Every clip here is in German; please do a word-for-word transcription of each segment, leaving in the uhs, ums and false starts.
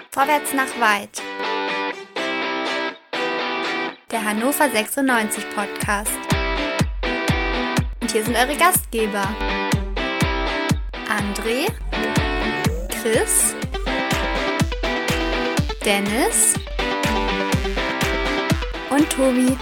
Vorwärts nach weit. Der Hannover sechsundneunzig Podcast. Und hier sind eure Gastgeber. André, Chris, Dennis und Tobi.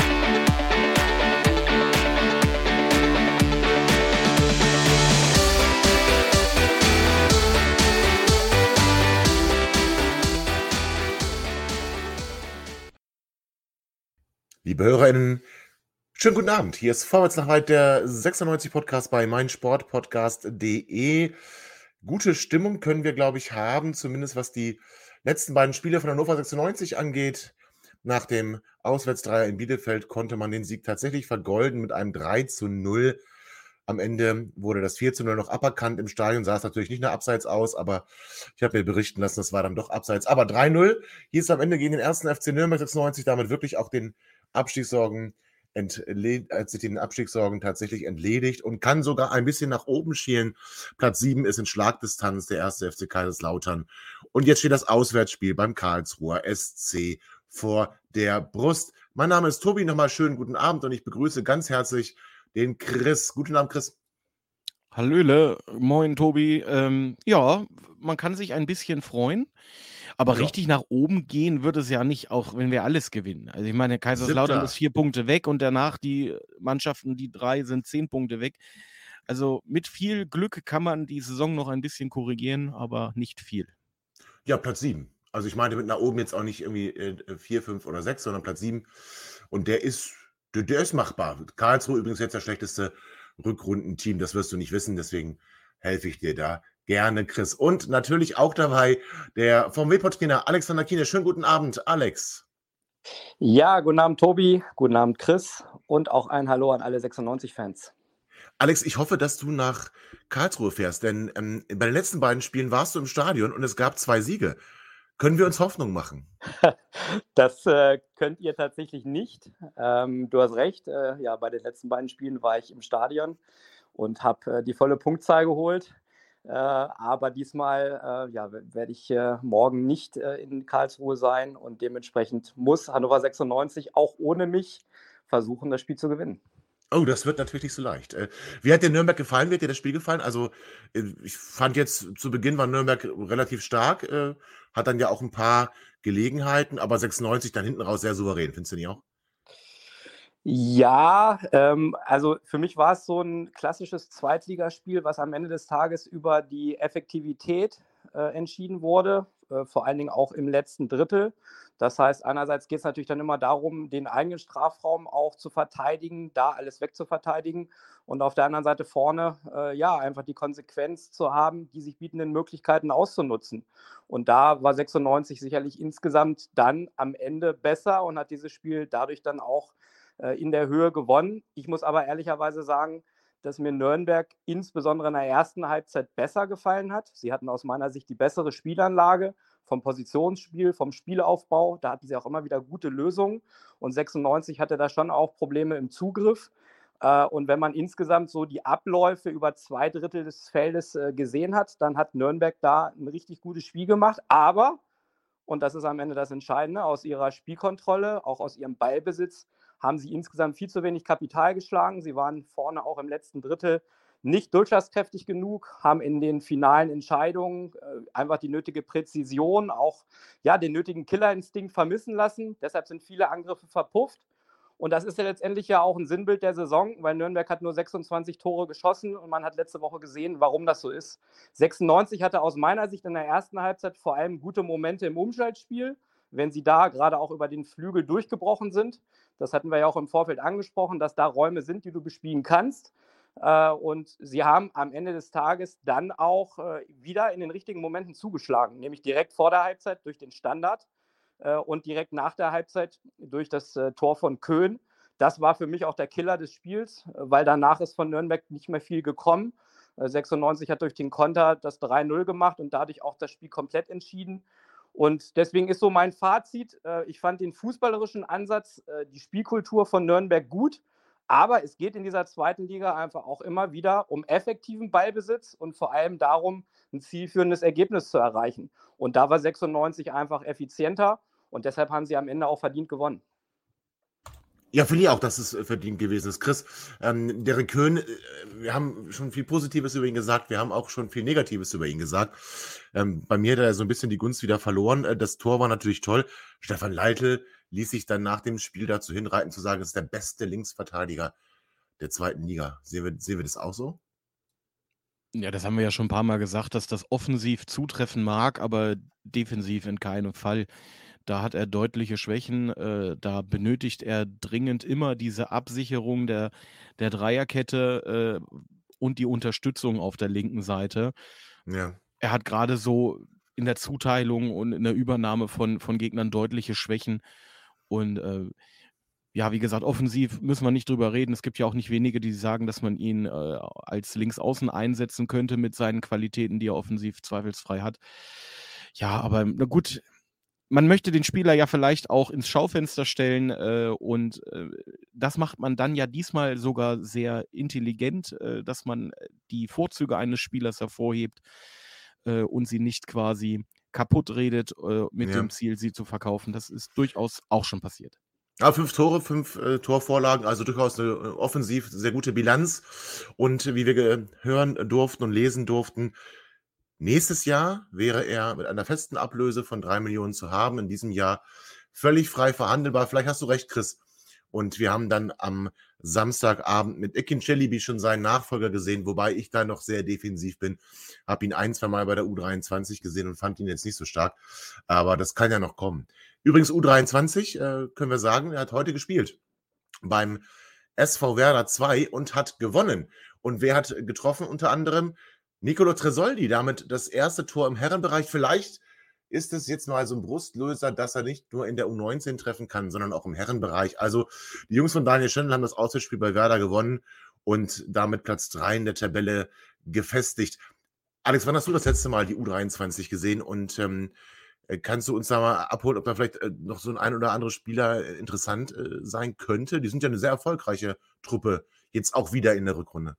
Liebe HörerInnen, schönen guten Abend. Hier ist Vorwärts nach weit, der sechsundneunzig Podcast bei meinsportpodcast punkt de. Gute Stimmung können wir, glaube ich, haben, zumindest was die letzten beiden Spiele von Hannover sechsundneunzig angeht. Nach dem Auswärtsdreier in Bielefeld konnte man den Sieg tatsächlich vergolden mit einem drei zu null. Am Ende wurde das vier zu null noch aberkannt. Im Stadion sah es natürlich nicht nach Abseits aus, aber ich habe mir berichten lassen, es war dann doch Abseits. Aber drei null hieß am Ende gegen den ersten F C Nürnberg sechsundneunzig, damit wirklich auch den Abstiegssorgen entled- hat sich den Abstiegssorgen tatsächlich entledigt und kann sogar ein bisschen nach oben schielen. Platz sieben ist in Schlagdistanz der erste F C Kaiserslautern. Und jetzt steht das Auswärtsspiel beim Karlsruher S C vor der Brust. Mein Name ist Tobi, nochmal schönen guten Abend und ich begrüße ganz herzlich den Chris. Guten Abend, Chris. Hallöle, moin Tobi. Ähm, ja, man kann sich ein bisschen freuen, aber Ja. richtig nach oben gehen wird es ja nicht, auch wenn wir alles gewinnen. Also ich meine, Kaiserslautern Siebter. ist vier Punkte weg und danach die Mannschaften, die drei, sind zehn Punkte weg. Also mit viel Glück kann man die Saison noch ein bisschen korrigieren, aber nicht viel. Ja, Platz sieben. Also ich meine mit nach oben jetzt auch nicht irgendwie äh, vier, fünf oder sechs, sondern Platz sieben. Und der ist, der, der ist machbar. Karlsruhe übrigens jetzt das schlechteste Rückrundenteam, das wirst du nicht wissen, deswegen helfe ich dir da gerne, Chris. Und natürlich auch dabei der V M W-Trainer Alexander Kiene. Schönen guten Abend, Alex. Ja, guten Abend, Tobi. Guten Abend, Chris. Und auch ein Hallo an alle sechsundneunzig-Fans. Alex, ich hoffe, dass du nach Karlsruhe fährst, denn ähm, bei den letzten beiden Spielen warst du im Stadion und es gab zwei Siege. Können wir uns Hoffnung machen? Das äh, könnt ihr tatsächlich nicht. Ähm, du hast recht. Äh, ja, bei den letzten beiden Spielen war ich im Stadion und habe äh, die volle Punktzahl geholt. Äh, aber diesmal äh, ja, werde ich äh, morgen nicht äh, in Karlsruhe sein und dementsprechend muss Hannover sechsundneunzig auch ohne mich versuchen, das Spiel zu gewinnen. Oh, das wird natürlich nicht so leicht. Äh, Wie hat dir Nürnberg gefallen? Wie hat dir das Spiel gefallen? Also, äh, ich fand jetzt zu Beginn war Nürnberg relativ stark, äh, hat dann ja auch ein paar Gelegenheiten, aber sechsundneunzig dann hinten raus sehr souverän, findest du nicht auch? Ja, ähm, also für mich war es so ein klassisches Zweitligaspiel, was am Ende des Tages über die Effektivität äh, entschieden wurde, äh, vor allen Dingen auch im letzten Drittel. Das heißt, einerseits geht es natürlich dann immer darum, den eigenen Strafraum auch zu verteidigen, da alles wegzuverteidigen und auf der anderen Seite vorne, äh, ja, einfach die Konsequenz zu haben, die sich bietenden Möglichkeiten auszunutzen. Und da war sechsundneunzig sicherlich insgesamt dann am Ende besser und hat dieses Spiel dadurch dann auch in der Höhe gewonnen. Ich muss aber ehrlicherweise sagen, dass mir Nürnberg insbesondere in der ersten Halbzeit besser gefallen hat. Sie hatten aus meiner Sicht die bessere Spielanlage vom Positionsspiel, vom Spielaufbau. Da hatten sie auch immer wieder gute Lösungen. Und sechsundneunzig hatte da schon auch Probleme im Zugriff. Und wenn man insgesamt so die Abläufe über zwei Drittel des Feldes gesehen hat, dann hat Nürnberg da ein richtig gutes Spiel gemacht. Aber, und das ist am Ende das Entscheidende, aus ihrer Spielkontrolle, auch aus ihrem Ballbesitz, haben sie insgesamt viel zu wenig Kapital geschlagen. Sie waren vorne auch im letzten Drittel nicht durchschlagskräftig genug, haben in den finalen Entscheidungen äh, einfach die nötige Präzision, auch ja, den nötigen Killerinstinkt vermissen lassen. Deshalb sind viele Angriffe verpufft. Und das ist ja letztendlich ja auch ein Sinnbild der Saison, weil Nürnberg hat nur sechsundzwanzig Tore geschossen und man hat letzte Woche gesehen, warum das so ist. sechsundneunzig hatte aus meiner Sicht in der ersten Halbzeit vor allem gute Momente im Umschaltspiel, wenn sie da gerade auch über den Flügel durchgebrochen sind. Das hatten wir ja auch im Vorfeld angesprochen, dass da Räume sind, die du bespielen kannst. Und sie haben am Ende des Tages dann auch wieder in den richtigen Momenten zugeschlagen, nämlich direkt vor der Halbzeit durch den Standard und direkt nach der Halbzeit durch das Tor von Köhn. Das war für mich auch der Killer des Spiels, weil danach ist von Nürnberg nicht mehr viel gekommen. sechsundneunzig hat durch den Konter das drei null gemacht und dadurch auch das Spiel komplett entschieden. Und deswegen ist so mein Fazit, ich fand den fußballerischen Ansatz, die Spielkultur von Nürnberg gut, Aber es geht in dieser zweiten Liga einfach auch immer wieder um effektiven Ballbesitz und vor allem darum, ein zielführendes Ergebnis zu erreichen. Und da war sechsundneunzig einfach effizienter und deshalb haben sie am Ende auch verdient gewonnen. Ja, finde ich auch, dass es äh, verdient gewesen ist. Chris, ähm, Derek Köhn, äh, wir haben schon viel Positives über ihn gesagt, wir haben auch schon viel Negatives über ihn gesagt. Ähm, bei mir hat er so ein bisschen die Gunst wieder verloren. Äh, Das Tor war natürlich toll. Stefan Leitl ließ sich dann nach dem Spiel dazu hinreiten, zu sagen, es ist der beste Linksverteidiger der zweiten Liga. Sehen wir, sehen wir das auch so? Ja, das haben wir ja schon ein paar Mal gesagt, dass das offensiv zutreffen mag, aber defensiv in keinem Fall. Da hat er deutliche Schwächen. Äh, da benötigt er dringend immer diese Absicherung der, der Dreierkette äh, und die Unterstützung auf der linken Seite. Ja. Er hat gerade so in der Zuteilung und in der Übernahme von, von Gegnern deutliche Schwächen. Und äh, ja, wie gesagt, offensiv müssen wir nicht drüber reden. Es gibt ja auch nicht wenige, die sagen, dass man ihn äh, als Linksaußen einsetzen könnte mit seinen Qualitäten, die er offensiv zweifelsfrei hat. Ja, aber na gut, man möchte den Spieler ja vielleicht auch ins Schaufenster stellen äh, und äh, das macht man dann ja diesmal sogar sehr intelligent, äh, dass man die Vorzüge eines Spielers hervorhebt äh, und sie nicht quasi kaputt redet äh, mit Ja. dem Ziel, sie zu verkaufen. Das ist durchaus auch schon passiert. Ja, fünf Tore, fünf äh, Torvorlagen, also durchaus eine äh, offensiv sehr gute Bilanz. Und äh, wie wir ge- hören durften und lesen durften, nächstes Jahr wäre er mit einer festen Ablöse von drei Millionen zu haben. In diesem Jahr völlig frei verhandelbar. Vielleicht hast du recht, Chris. Und wir haben dann am Samstagabend mit Ekin Celebi schon seinen Nachfolger gesehen, wobei ich da noch sehr defensiv bin. Habe ihn ein, zwei Mal bei der U dreiundzwanzig gesehen und fand ihn jetzt nicht so stark. Aber das kann ja noch kommen. Übrigens U dreiundzwanzig, äh, können wir sagen, er hat heute gespielt beim S V Werder zwei und hat gewonnen. Und wer hat getroffen? Unter anderem Nicolo Tresoldi, damit das erste Tor im Herrenbereich. Vielleicht ist es jetzt mal so ein Brustlöser, dass er nicht nur in der U neunzehn treffen kann, sondern auch im Herrenbereich. Also die Jungs von Daniel Schendl haben das Auswärtsspiel bei Werder gewonnen und damit Platz drei in der Tabelle gefestigt. Alex, wann hast du das letzte Mal die U dreiundzwanzig gesehen und ähm, kannst du uns da mal abholen, ob da vielleicht äh, noch so ein ein oder andere Spieler äh, interessant äh, sein könnte? Die sind ja eine sehr erfolgreiche Truppe, jetzt auch wieder in der Rückrunde.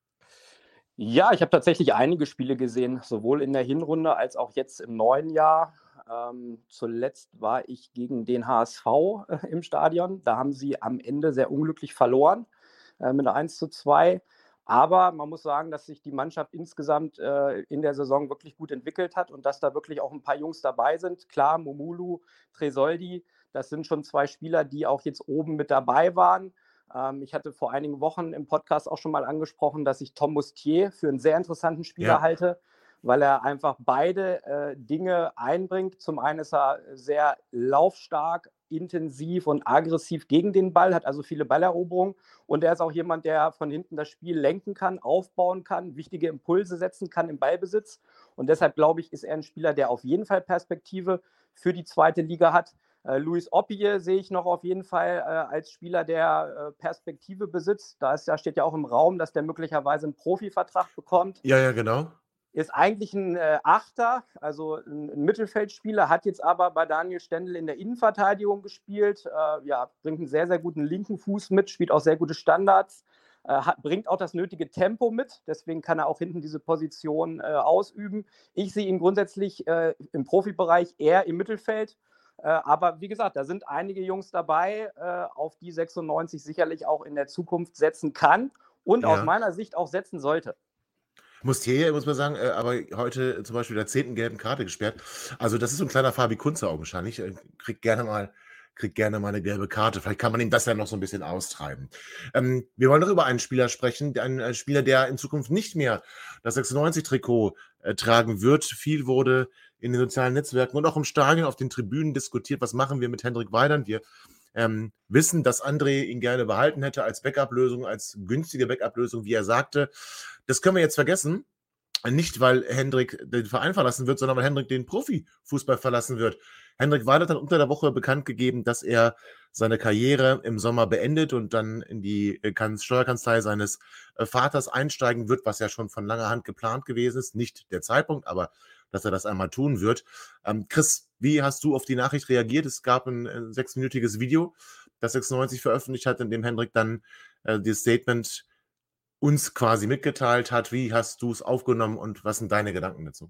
Ja, ich habe tatsächlich einige Spiele gesehen, sowohl in der Hinrunde als auch jetzt im neuen Jahr. Ähm, zuletzt war ich gegen den H S V äh, im Stadion. Da haben sie am Ende sehr unglücklich verloren äh, mit einer eins zu zwei. Aber man muss sagen, dass sich die Mannschaft insgesamt äh, in der Saison wirklich gut entwickelt hat und dass da wirklich auch ein paar Jungs dabei sind. Klar, Momulu, Tresoldi, das sind schon zwei Spieler, die auch jetzt oben mit dabei waren. Ähm, ich hatte vor einigen Wochen im Podcast auch schon mal angesprochen, dass ich Tom Mustier für einen sehr interessanten Spieler Ja. halte, weil er einfach beide äh, Dinge einbringt. Zum einen ist er sehr laufstark, intensiv und aggressiv gegen den Ball, hat also viele Balleroberungen. Und er ist auch jemand, der von hinten das Spiel lenken kann, aufbauen kann, wichtige Impulse setzen kann im Ballbesitz. Und deshalb glaube ich, ist er ein Spieler, der auf jeden Fall Perspektive für die zweite Liga hat. Äh, Luis Oppie sehe ich noch auf jeden Fall äh, als Spieler, der äh, Perspektive besitzt. Da, ist, da steht ja auch im Raum, dass der möglicherweise einen Profivertrag bekommt. Ja, ja, genau. Ist eigentlich ein äh, Achter, also ein, ein Mittelfeldspieler, hat jetzt aber bei Daniel Stendl in der Innenverteidigung gespielt. Äh, ja, bringt einen sehr, sehr guten linken Fuß mit, spielt auch sehr gute Standards, äh, hat, bringt auch das nötige Tempo mit. Deswegen kann er auch hinten diese Position äh, ausüben. Ich sehe ihn grundsätzlich äh, im Profibereich eher im Mittelfeld. Äh, aber wie gesagt, da sind einige Jungs dabei, äh, auf die sechsundneunzig sicherlich auch in der Zukunft setzen kann und Ja. aus meiner Sicht auch setzen sollte. Mustier, muss man sagen, äh, aber heute zum Beispiel der zehnten gelben Karte gesperrt. Also das ist so ein kleiner Fabi Kunze augenscheinlich. Äh, Kriegt gerne mal, kriegt gerne mal eine gelbe Karte. Vielleicht kann man ihm das ja noch so ein bisschen austreiben. Ähm, wir wollen noch über einen Spieler sprechen, einen äh, Spieler, der in Zukunft nicht mehr das sechsundneunzig-Trikot äh, tragen wird. Viel wurde in den sozialen Netzwerken und auch im Stadion auf den Tribünen diskutiert, was machen wir mit Hendrik Weidand. Wir ähm, wissen, dass André ihn gerne behalten hätte als Backup-Lösung, als günstige Backup-Lösung, wie er sagte. Das können wir jetzt vergessen. Nicht, weil Hendrik den Verein verlassen wird, sondern weil Hendrik den Profifußball verlassen wird. Hendrik Weidand hat unter der Woche bekannt gegeben, dass er seine Karriere im Sommer beendet und dann in die Steuerkanzlei seines Vaters einsteigen wird, was ja schon von langer Hand geplant gewesen ist. Nicht der Zeitpunkt, aber dass er das einmal tun wird. Ähm, Chris, wie hast du auf die Nachricht reagiert? Es gab ein äh, sechsminütiges Video, das sechsundneunzig veröffentlicht hat, in dem Hendrik dann äh, das Statement uns quasi mitgeteilt hat. Wie hast du es aufgenommen und was sind deine Gedanken dazu?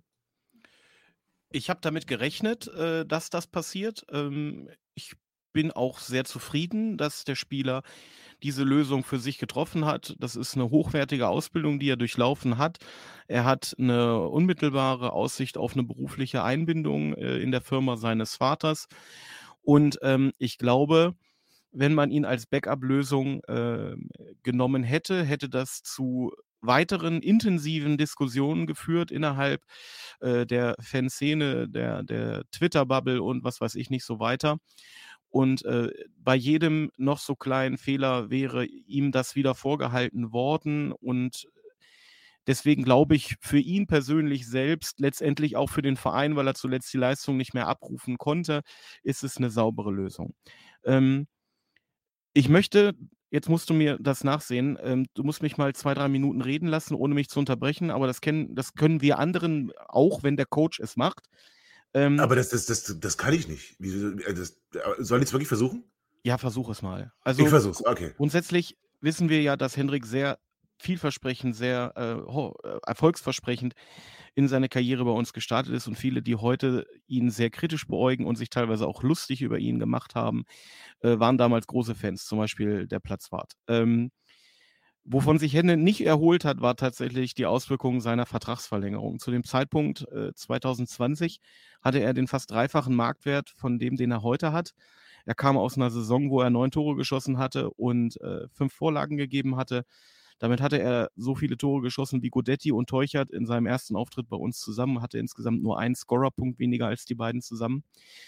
Ich habe damit gerechnet, äh, dass das passiert. Ähm, ich bin auch sehr zufrieden, dass der Spieler diese Lösung für sich getroffen hat. Das ist eine hochwertige Ausbildung, die er durchlaufen hat. Er hat eine unmittelbare Aussicht auf eine berufliche Einbindung äh, in der Firma seines Vaters. Und ähm, ich glaube, wenn man ihn als Backup-Lösung äh, genommen hätte, hätte das zu weiteren intensiven Diskussionen geführt innerhalb äh, der Fanszene, der, der Twitter-Bubble und was weiß ich nicht so weiter. Und äh, bei jedem noch so kleinen Fehler wäre ihm das wieder vorgehalten worden. Und deswegen glaube ich, für ihn persönlich selbst, letztendlich auch für den Verein, weil er zuletzt die Leistung nicht mehr abrufen konnte, ist es eine saubere Lösung. Ähm, ich möchte, jetzt musst du mir das nachsehen, ähm, du musst mich mal zwei, drei Minuten reden lassen, ohne mich zu unterbrechen, aber das, kennen, das können wir anderen auch, wenn der Coach es macht. Ähm, Aber das, das, das, das kann ich nicht. Wie, äh, das, soll ich es wirklich versuchen? ja, versuch es mal. Ich Also versuch's, okay. grundsätzlich wissen wir ja, dass Hendrik sehr vielversprechend, sehr äh, ho- äh, erfolgsversprechend in seine Karriere bei uns gestartet ist und viele, die heute ihn sehr kritisch beäugen und sich teilweise auch lustig über ihn gemacht haben, äh, waren damals große Fans, zum Beispiel der Platzwart. Ähm, wovon sich Henne nicht erholt hat, war tatsächlich die Auswirkungen seiner Vertragsverlängerung. Zu dem Zeitpunkt äh, zwanzig zwanzig hatte er den fast dreifachen Marktwert von dem, den er heute hat. Er kam aus einer Saison, wo er neun Tore geschossen hatte und äh, fünf Vorlagen gegeben hatte. Damit hatte er so viele Tore geschossen wie Gudetti und Teuchert in seinem ersten Auftritt bei uns zusammen, hatte insgesamt nur einen Scorerpunkt weniger als die beiden zusammen.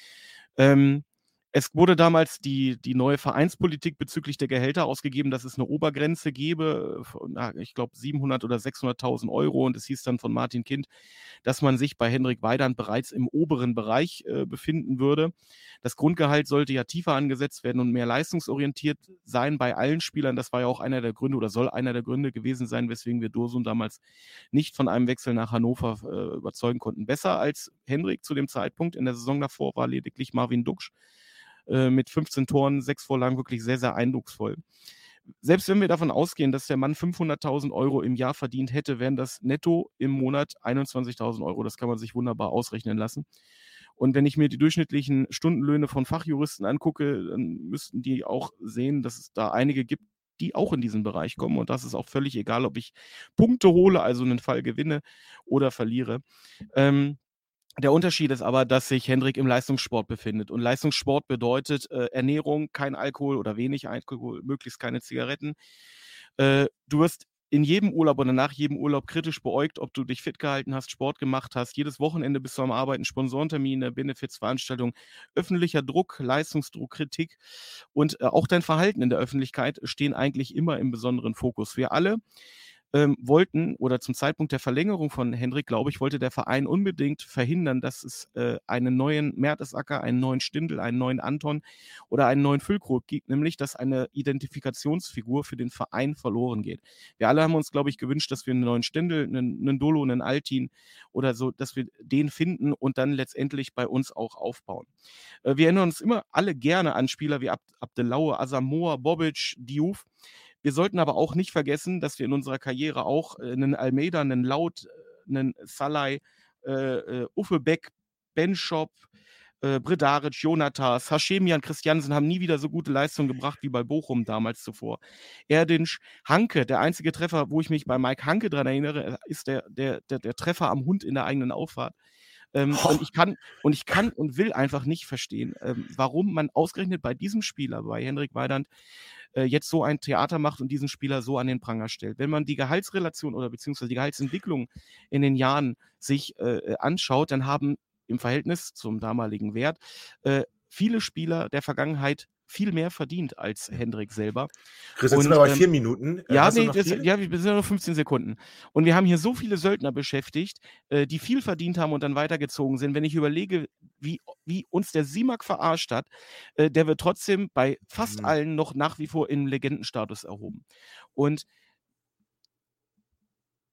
Ähm, es wurde damals die, die neue Vereinspolitik bezüglich der Gehälter ausgegeben, dass es eine Obergrenze gäbe, von, na, ich glaube siebenhundert oder sechshunderttausend Euro. Und es hieß dann von Martin Kind, dass man sich bei Hendrik Weidand bereits im oberen Bereich äh, befinden würde. Das Grundgehalt sollte ja tiefer angesetzt werden und mehr leistungsorientiert sein bei allen Spielern. Das war ja auch einer der Gründe oder soll einer der Gründe gewesen sein, weswegen wir Dursun damals nicht von einem Wechsel nach Hannover äh, überzeugen konnten. Besser als Hendrik zu dem Zeitpunkt in der Saison davor war lediglich Marvin Duksch äh, mit fünfzehn Toren, sechs Vorlagen, wirklich sehr, sehr eindrucksvoll. Selbst wenn wir davon ausgehen, dass der Mann fünfhunderttausend Euro im Jahr verdient hätte, wären das netto im Monat einundzwanzigtausend Euro. Das kann man sich wunderbar ausrechnen lassen. Und wenn ich mir die durchschnittlichen Stundenlöhne von Fachjuristen angucke, dann müssten die auch sehen, dass es da einige gibt, die auch in diesen Bereich kommen. Und das ist auch völlig egal, ob ich Punkte hole, also einen Fall gewinne oder verliere. Ähm, Der Unterschied ist aber, dass sich Hendrik im Leistungssport befindet. Und Leistungssport bedeutet äh, Ernährung, kein Alkohol oder wenig Alkohol, möglichst keine Zigaretten. Äh, du wirst in jedem Urlaub oder nach jedem Urlaub kritisch beäugt, ob du dich fit gehalten hast, Sport gemacht hast. Jedes Wochenende bist du am Arbeiten, Sponsorentermine, Benefizveranstaltungen, öffentlicher Druck, Leistungsdruck, Kritik und äh, auch dein Verhalten in der Öffentlichkeit stehen eigentlich immer im besonderen Fokus. Wir alle ähm, wollten, oder zum Zeitpunkt der Verlängerung von Hendrik, glaube ich, wollte der Verein unbedingt verhindern, dass es äh, einen neuen Mertesacker, einen neuen Stindl, einen neuen Anton oder einen neuen Füllkrug gibt, nämlich dass eine Identifikationsfigur für den Verein verloren geht. Wir alle haben uns, glaube ich, gewünscht, dass wir einen neuen Stindl, einen, einen Dolo, einen Altin oder so, dass wir den finden und dann letztendlich bei uns auch aufbauen. Äh, wir erinnern uns immer alle gerne an Spieler wie Abd Abdelaue, Asamoah, Bobic, Diouf. Wir sollten aber auch nicht vergessen, dass wir in unserer Karriere auch äh, einen Almeida, einen Laut, äh, einen Salai, äh, äh, Uffe Beck, Ben Schopp, äh, Bredaric, Jonatas, Hashemian, Christiansen haben nie wieder so gute Leistungen gebracht wie bei Bochum damals zuvor. Erdinsch, Hanke, der einzige Treffer, wo ich mich bei Mike Hanke dran erinnere, ist der, der, der, der Treffer am Hund in der eigenen Auffahrt. Ähm, Oh. und ich kann und ich kann und will einfach nicht verstehen, ähm, warum man ausgerechnet bei diesem Spieler, bei Hendrik Weidand, äh, jetzt so ein Theater macht und diesen Spieler so an den Pranger stellt. Wenn man die Gehaltsrelation oder beziehungsweise die Gehaltsentwicklung in den Jahren sich äh, anschaut, dann haben im Verhältnis zum damaligen Wert äh, viele Spieler der Vergangenheit viel mehr verdient als Hendrik selber. Chris, jetzt sind Und, wir bei ähm, vier Minuten. Äh, Ja, hast du nee, noch das, viel? ja, wir sind ja nur fünfzehn Sekunden. Und wir haben hier so viele Söldner beschäftigt, äh, die viel verdient haben und dann weitergezogen sind. Wenn ich überlege, wie, wie uns der Simak verarscht hat, äh, der wird trotzdem bei fast Hm. allen noch nach wie vor im Legendenstatus erhoben. Und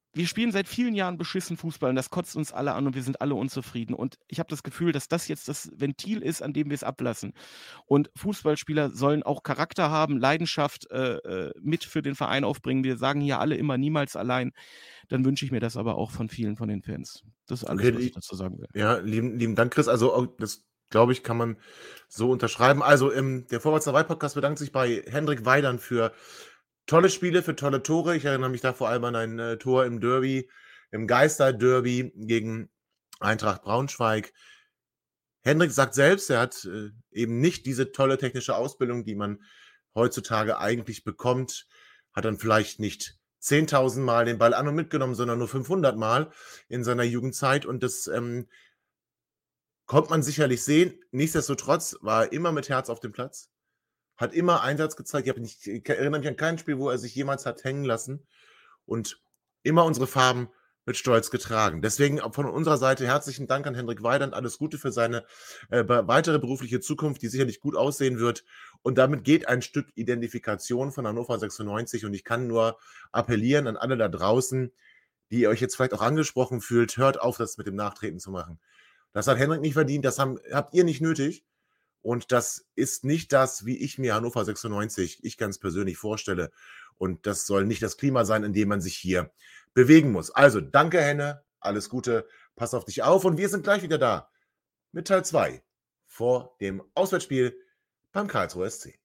wir spielen seit vielen Jahren beschissen Fußball und das kotzt uns alle an und wir sind alle unzufrieden. Und ich habe das Gefühl, dass das jetzt das Ventil ist, an dem wir es ablassen. Und Fußballspieler sollen auch Charakter haben, Leidenschaft äh, äh, mit für den Verein aufbringen. Wir sagen hier alle immer niemals allein. Dann wünsche ich mir das aber auch von vielen von den Fans. Das ist alles, Okay, was ich li dazu sagen will. ja, lieben lieben Dank, Chris. Also, au das, glaube ich, kann man so unterschreiben. Also, ähm, der Vorwärts nach weit Podcast bedankt sich bei Hendrik Weidern für tolle Spiele, für tolle Tore. Ich erinnere mich da vor allem an ein äh, Tor im Derby, im Geister-Derby gegen Eintracht Braunschweig. Hendrik sagt selbst, er hat äh, eben nicht diese tolle technische Ausbildung, die man heutzutage eigentlich bekommt. Hat dann vielleicht nicht zehntausend Mal den Ball an und mitgenommen, sondern nur fünfhundert Mal in seiner Jugendzeit. Und das ähm, konnte man sicherlich sehen. Nichtsdestotrotz war er immer mit Herz auf dem Platz, hat immer Einsatz gezeigt. Ich, hab nicht, ich erinnere mich an kein Spiel, wo er sich jemals hat hängen lassen und immer unsere Farben mit Stolz getragen. Deswegen von unserer Seite herzlichen Dank an Hendrik Weidern. Alles Gute für seine äh, weitere berufliche Zukunft, die sicherlich gut aussehen wird. Und damit geht ein Stück Identifikation von Hannover sechsundneunzig. Und ich kann nur appellieren an alle da draußen, die ihr euch jetzt vielleicht auch angesprochen fühlt, hört auf, das mit dem Nachtreten zu machen. Das hat Hendrik nicht verdient, das haben, habt ihr nicht nötig. Und das ist nicht das, wie ich mir Hannover sechsundneunzig, ich ganz persönlich vorstelle. Und das soll nicht das Klima sein, in dem man sich hier bewegen muss. Also, danke, Henne, alles Gute, pass auf dich auf und wir sind gleich wieder da mit Teil zwei vor dem Auswärtsspiel beim Karlsruher S C.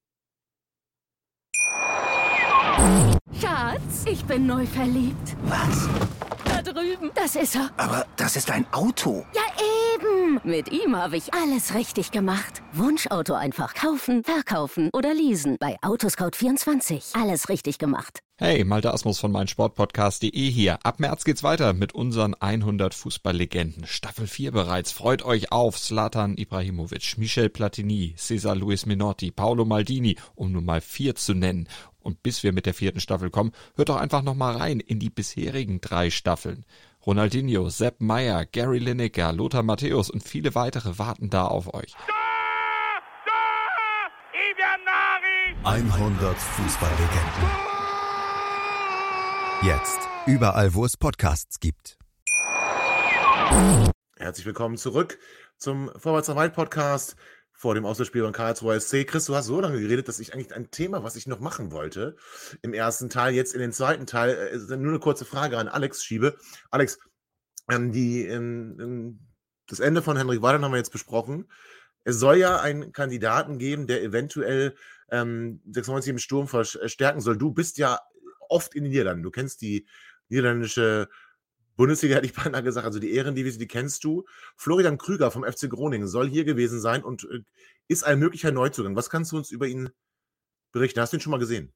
Schatz, ich bin neu verliebt. Was? Da drüben. Das ist er. Aber das ist ein Auto. Ja, eben. Mit ihm habe ich alles richtig gemacht. Wunschauto einfach kaufen, verkaufen oder leasen. Bei Autoscout vierundzwanzig. Alles richtig gemacht. Hey, Malte Asmus von meinsportpodcast punkt de hier. Ab März geht's weiter mit unseren hundert Fußballlegenden. Staffel vier bereits. Freut euch auf Zlatan Ibrahimovic, Michel Platini, Cesar Luis Menotti, Paolo Maldini, um nur mal vier zu nennen. Und bis wir mit der vierten Staffel kommen, hört doch einfach noch mal rein in die bisherigen drei Staffeln. Ronaldinho, Sepp Maier, Gary Lineker, Lothar Matthäus und viele weitere warten da auf euch. hundert Fußballlegenden. Jetzt überall, wo es Podcasts gibt. Herzlich willkommen zurück zum Vorwärts nach weit Podcast vor dem Auswärtsspiel beim Karlsruher S C. Chris, du hast so lange geredet, dass ich eigentlich ein Thema, was ich noch machen wollte, im ersten Teil, jetzt in den zweiten Teil, äh, nur eine kurze Frage an Alex schiebe. Alex, ähm, die, ähm, ähm, das Ende von Hendrik Weidern haben wir jetzt besprochen. Es soll ja einen Kandidaten geben, der eventuell ähm, sechsundneunzig im Sturm verstärken soll. Du bist ja oft in den Niederlanden. Du kennst die niederländische Bundesliga, hätte ich beinahe gesagt, also die Ehrendivisie, die kennst du. Florian Krüger vom F C Groningen soll hier gewesen sein und äh, ist ein möglicher Neuzugang. Was kannst du uns über ihn berichten? Hast du ihn schon mal gesehen?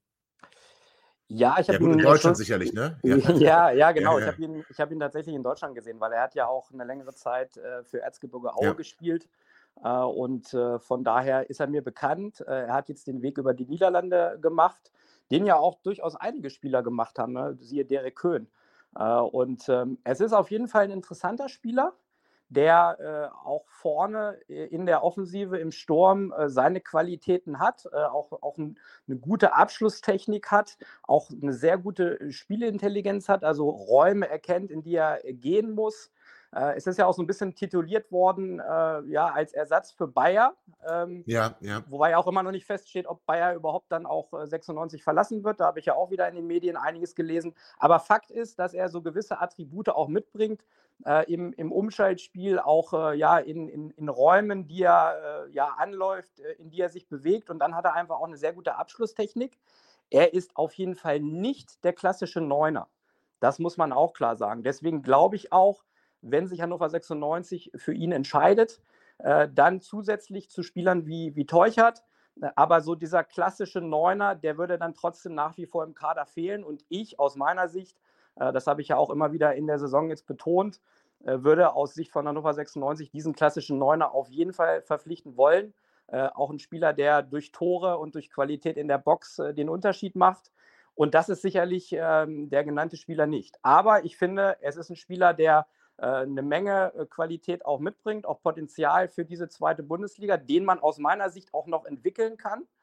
Ja, ich Ja, habe gut, ihn in Deutschland schon, sicherlich, ne? ja, ja, ja, genau. Ja, ja. Ich habe ihn, ich hab ihn tatsächlich in Deutschland gesehen, weil er hat ja auch eine längere Zeit äh, für Erzgebirge Aue Ja. gespielt. Äh, und äh, von daher ist er mir bekannt. Äh, er hat jetzt den Weg über die Niederlande gemacht, den ja auch durchaus einige Spieler gemacht haben, ne? Siehe Derek Köhn. Äh, und ähm, es ist auf jeden Fall ein interessanter Spieler, der äh, auch vorne äh, in der Offensive im Sturm äh, seine Qualitäten hat, äh, auch, auch ein, eine gute Abschlusstechnik hat, auch eine sehr gute Spielintelligenz hat, also Räume erkennt, in die er äh, gehen muss. Äh, es ist ja auch so ein bisschen tituliert worden, äh, ja, als Ersatz für Bayer. Ähm, Ja, ja. Wobei auch immer noch nicht feststeht, ob Bayer überhaupt dann auch äh, sechsundneunzig verlassen wird. Da habe ich ja auch wieder in den Medien einiges gelesen. Aber Fakt ist, dass er so gewisse Attribute auch mitbringt äh, im, im Umschaltspiel, auch äh, ja, in, in, in Räumen, die er äh, ja anläuft, äh, in die er sich bewegt. Und dann hat er einfach auch eine sehr gute Abschlusstechnik. Er ist auf jeden Fall nicht der klassische Neuner. Das muss man auch klar sagen. Deswegen glaube ich auch, wenn sich Hannover sechsundneunzig für ihn entscheidet, äh, dann zusätzlich zu Spielern wie, wie Teuchert, äh, aber so dieser klassische Neuner, der würde dann trotzdem nach wie vor im Kader fehlen und ich aus meiner Sicht, äh, das habe ich ja auch immer wieder in der Saison jetzt betont, äh, würde aus Sicht von Hannover sechsundneunzig diesen klassischen Neuner auf jeden Fall verpflichten wollen. Äh, auch ein Spieler, der durch Tore und durch Qualität in der Box äh, den Unterschied macht. Und das ist sicherlich ähm, der genannte Spieler nicht. Aber ich finde, es ist ein Spieler, der eine Menge Qualität auch mitbringt, auch Potenzial für diese zweite Bundesliga, den man aus meiner Sicht auch noch entwickeln kann.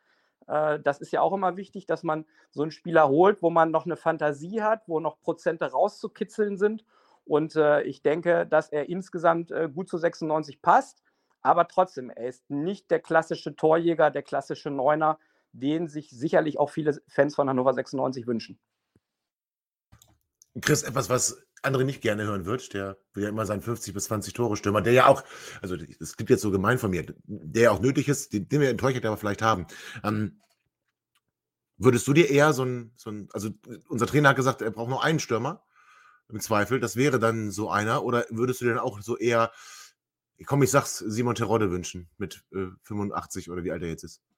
Äh, das ist ja auch immer wichtig, dass man so einen Spieler holt, wo man noch eine Fantasie hat, wo noch Prozente rauszukitzeln sind. Und äh, ich denke, dass er insgesamt äh, gut zu sechsundneunzig passt. Aber trotzdem, er ist nicht der klassische Torjäger, der klassische Neuner, den sich sicherlich auch viele Fans von Hannover sechsundneunzig wünschen. Chris, etwas, was André nicht gerne hören wird, der will ja immer seinen fünfzig bis zwanzig Tore Stürmer, der ja auch, also das klingt jetzt so gemein von mir, der ja auch nötig ist, den, den wir in Teuchert aber vielleicht haben. Ähm, würdest du dir eher so ein, so ein, also unser Trainer hat gesagt, er braucht noch einen Stürmer, im Zweifel, das wäre dann so einer, oder würdest du dir dann auch so eher, komm, ich sag's, Simon Terodde wünschen mit äh, fünfundachtzig oder wie alt er jetzt ist?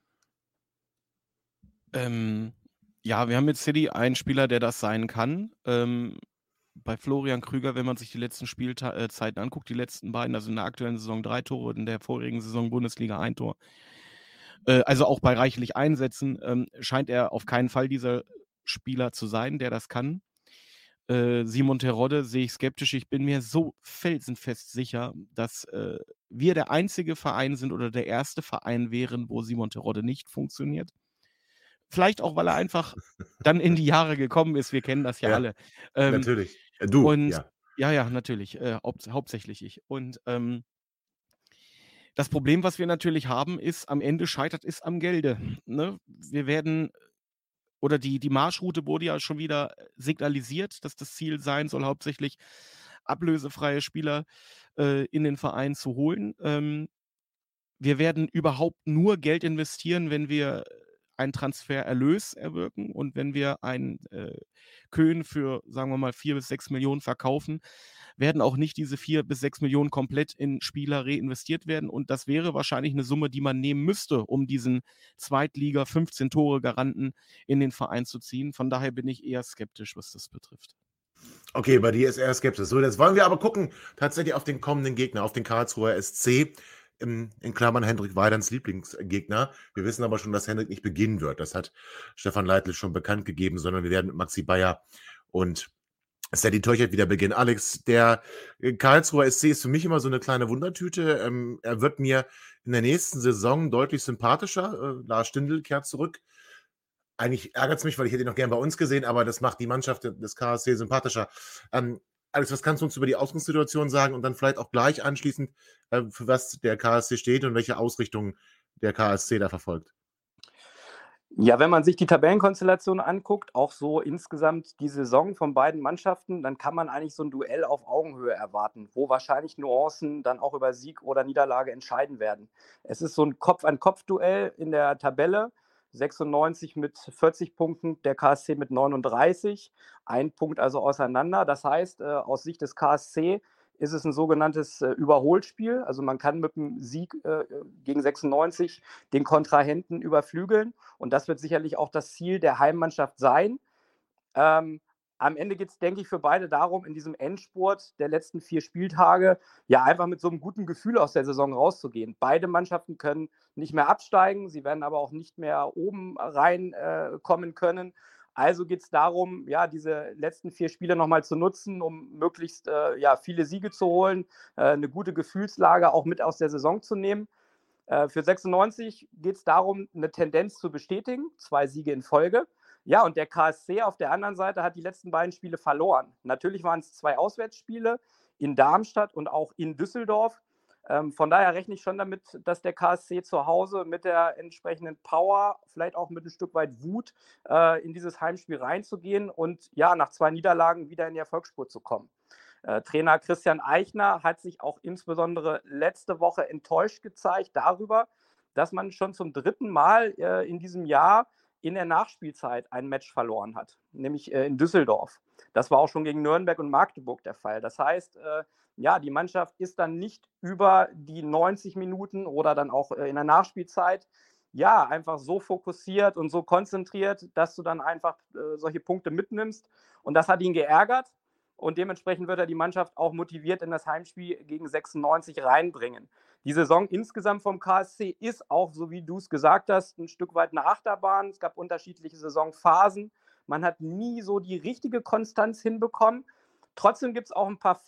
Ähm, ja, wir haben mit City einen Spieler, der das sein kann. Ähm, bei Florian Krüger, wenn man sich die letzten Spielzeiten anguckt, die letzten beiden, also in der aktuellen Saison drei Tore, in der vorigen Saison Bundesliga ein Tor. Äh, also auch bei reichlich Einsätzen ähm, scheint er auf keinen Fall dieser Spieler zu sein, der das kann. Äh, Simon Terodde sehe ich skeptisch. Ich bin mir so felsenfest sicher, dass äh, wir der einzige Verein sind oder der erste Verein wären, wo Simon Terodde nicht funktioniert. Vielleicht auch, weil er einfach dann in die Jahre gekommen ist. Wir kennen das ja, Ja, alle. Ähm, natürlich. Äh, Du, und ja. ja, ja, natürlich. Äh, haupt, hauptsächlich ich. Und ähm, das Problem, was wir natürlich haben, ist, am Ende scheitert es am Gelde. Ne? Wir werden, oder die, die Marschroute wurde ja schon wieder signalisiert, dass das Ziel sein soll, hauptsächlich ablösefreie Spieler äh, in den Verein zu holen. Ähm, wir werden überhaupt nur Geld investieren, wenn wir einen Transfererlös erwirken und wenn wir einen äh, Köhn für, sagen wir mal, vier bis sechs Millionen verkaufen, werden auch nicht diese vier bis sechs Millionen komplett in Spieler reinvestiert werden. Und das wäre wahrscheinlich eine Summe, die man nehmen müsste, um diesen Zweitliga fünfzehn Tore Garanten in den Verein zu ziehen. Von daher bin ich eher skeptisch, was das betrifft. Okay, bei dir ist eher Skepsis. So, jetzt wollen wir aber gucken, tatsächlich auf den kommenden Gegner, auf den Karlsruher S C. In, in Klammern Hendrik Weidans Lieblingsgegner. Wir wissen aber schon, dass Hendrik nicht beginnen wird. Das hat Stefan Leitl schon bekannt gegeben, sondern wir werden mit Maxi Bayer und Sadie Teuchert wieder beginnen. Alex, der Karlsruher S C ist für mich immer so eine kleine Wundertüte. Ähm, er wird mir in der nächsten Saison deutlich sympathischer. Äh, Lars Stindl kehrt zurück. Eigentlich ärgert es mich, weil ich hätte ihn noch gern bei uns gesehen, aber das macht die Mannschaft des K S C sympathischer. Ähm, Alex, was kannst du uns über die Ausgangssituation sagen und dann vielleicht auch gleich anschließend, äh, für was der K S C steht und welche Ausrichtung der K S C da verfolgt? Ja, wenn man sich die Tabellenkonstellation anguckt, auch so insgesamt die Saison von beiden Mannschaften, dann kann man eigentlich so ein Duell auf Augenhöhe erwarten, wo wahrscheinlich Nuancen dann auch über Sieg oder Niederlage entscheiden werden. Es ist so ein Kopf-an-Kopf-Duell in der Tabelle. sechsundneunzig mit vierzig Punkten, der K S C mit neununddreißig. Ein Punkt also auseinander. Das heißt, äh, aus Sicht des K S C ist es ein sogenanntes äh, Überholspiel. Also man kann mit dem Sieg äh, gegen sechsundneunzig den Kontrahenten überflügeln. Und das wird sicherlich auch das Ziel der Heimmannschaft sein. Ähm, am Ende geht es, denke ich, für beide darum, in diesem Endspurt der letzten vier Spieltage ja einfach mit so einem guten Gefühl aus der Saison rauszugehen. Beide Mannschaften können nicht mehr absteigen, sie werden aber auch nicht mehr oben reinkommen äh, können. Also geht es darum, ja, diese letzten vier Spiele nochmal zu nutzen, um möglichst äh, ja, viele Siege zu holen, äh, eine gute Gefühlslage auch mit aus der Saison zu nehmen. Äh, für sechsundneunzig geht es darum, eine Tendenz zu bestätigen, zwei Siege in Folge. Ja, und der K S C auf der anderen Seite hat die letzten beiden Spiele verloren. Natürlich waren es zwei Auswärtsspiele in Darmstadt und auch in Düsseldorf. Ähm, von daher rechne ich schon damit, dass der K S C zu Hause mit der entsprechenden Power, vielleicht auch mit ein Stück weit Wut, äh, in dieses Heimspiel reinzugehen und ja, nach zwei Niederlagen wieder in die Erfolgsspur zu kommen. Äh, Trainer Christian Eichner hat sich auch insbesondere letzte Woche enttäuscht gezeigt darüber, dass man schon zum dritten Mal äh, in diesem Jahr in der Nachspielzeit ein Match verloren hat, nämlich äh, in Düsseldorf. Das war auch schon gegen Nürnberg und Magdeburg der Fall. Das heißt, äh, ja, die Mannschaft ist dann nicht über die neunzig Minuten oder dann auch äh, in der Nachspielzeit ja einfach so fokussiert und so konzentriert, dass du dann einfach äh, solche Punkte mitnimmst. Und das hat ihn geärgert. Und dementsprechend wird er die Mannschaft auch motiviert in das Heimspiel gegen sechsundneunzig reinbringen. Die Saison insgesamt vom K S C ist auch, so wie du es gesagt hast, ein Stück weit eine Achterbahn. Es gab unterschiedliche Saisonphasen. Man hat nie so die richtige Konstanz hinbekommen. Trotzdem gibt es auch ein paar Fakten,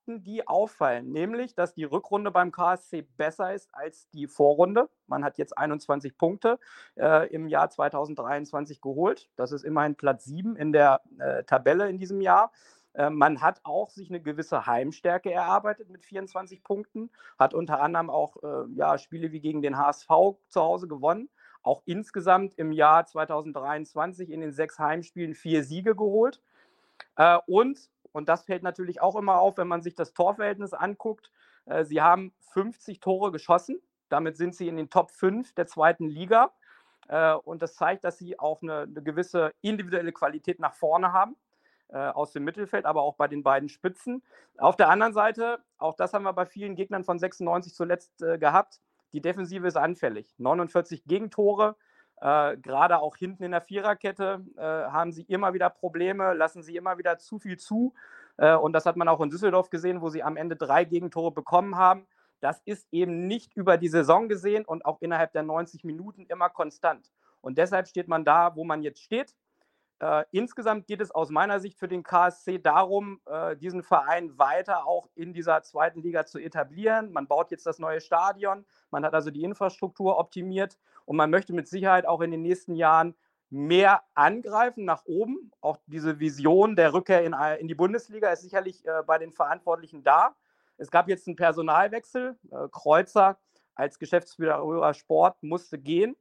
Fakten, die auffallen, nämlich, dass die Rückrunde beim K S C besser ist als die Vorrunde. Man hat jetzt einundzwanzig Punkte äh, im Jahr zweitausenddreiundzwanzig geholt. Das ist immerhin Platz sieben in der äh, Tabelle in diesem Jahr. Äh, man hat auch sich eine gewisse Heimstärke erarbeitet mit vierundzwanzig Punkten, hat unter anderem auch äh, ja, Spiele wie gegen den H S V zu Hause gewonnen. Auch insgesamt im Jahr zweitausenddreiundzwanzig in den sechs Heimspielen vier Siege geholt. Äh, und, und das fällt natürlich auch immer auf, wenn man sich das Torverhältnis anguckt, äh, sie haben fünfzig Tore geschossen. Damit sind sie in den Top fünf der zweiten Liga. Äh, und das zeigt, dass sie auch eine, eine gewisse individuelle Qualität nach vorne haben, äh, aus dem Mittelfeld, aber auch bei den beiden Spitzen. Auf der anderen Seite, auch das haben wir bei vielen Gegnern von sechsundneunzig zuletzt äh, gehabt, die Defensive ist anfällig. neunundvierzig Gegentore, äh, gerade auch hinten in der Viererkette äh, haben sie immer wieder Probleme, lassen sie immer wieder zu viel zu. Äh, und das hat man auch in Düsseldorf gesehen, wo sie am Ende drei Gegentore bekommen haben. Das ist eben nicht über die Saison gesehen und auch innerhalb der neunzig Minuten immer konstant. Und deshalb steht man da, wo man jetzt steht. Äh, insgesamt geht es aus meiner Sicht für den K S C darum, äh, diesen Verein weiter auch in dieser zweiten Liga zu etablieren. Man baut jetzt das neue Stadion, man hat also die Infrastruktur optimiert und man möchte mit Sicherheit auch in den nächsten Jahren mehr angreifen nach oben. Auch diese Vision der Rückkehr in, in die Bundesliga ist sicherlich äh, bei den Verantwortlichen da. Es gab jetzt einen Personalwechsel. Äh, Kreuzer als Geschäftsführer Sport musste gehen.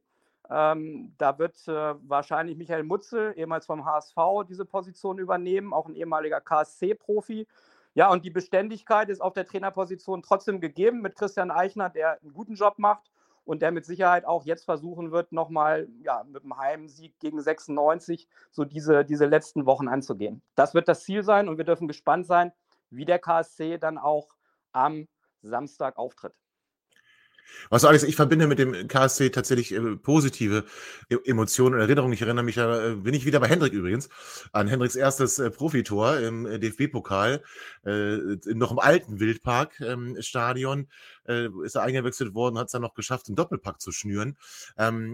Ähm, da wird äh, wahrscheinlich Michael Mutzel, ehemals vom H S V, diese Position übernehmen, auch ein ehemaliger K S C-Profi. Ja, und die Beständigkeit ist auf der Trainerposition trotzdem gegeben mit Christian Eichner, der einen guten Job macht und der mit Sicherheit auch jetzt versuchen wird, nochmal ja, mit dem Heimsieg gegen sechsundneunzig so diese, diese letzten Wochen anzugehen. Das wird das Ziel sein und wir dürfen gespannt sein, wie der K S C dann auch am Samstag auftritt. Was Alex, ich verbinde mit dem K S C tatsächlich äh, positive e- Emotionen und Erinnerungen. Ich erinnere mich, da äh, bin ich wieder bei Hendrik übrigens, an Hendriks erstes äh, Profitor im äh, D F B-Pokal, äh, noch im alten Wildpark-Stadion, ähm, äh, ist er eingewechselt worden, hat es dann noch geschafft, einen Doppelpack zu schnüren. Ähm,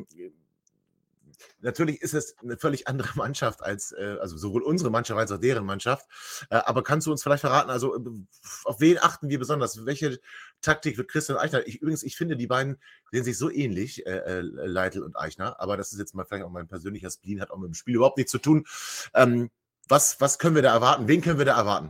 Natürlich ist es eine völlig andere Mannschaft als, äh, also sowohl unsere Mannschaft als auch deren Mannschaft. Äh, aber kannst du uns vielleicht verraten, also äh, auf wen achten wir besonders? Welche Taktik wird Christian Eichner? Ich, übrigens, ich finde, die beiden sehen sich so ähnlich, äh, äh, Leitl und Eichner, aber das ist jetzt mal vielleicht auch mein persönlicher Spleen, hat auch mit dem Spiel überhaupt nichts zu tun. Ähm, was, was können wir da erwarten? Wen können wir da erwarten?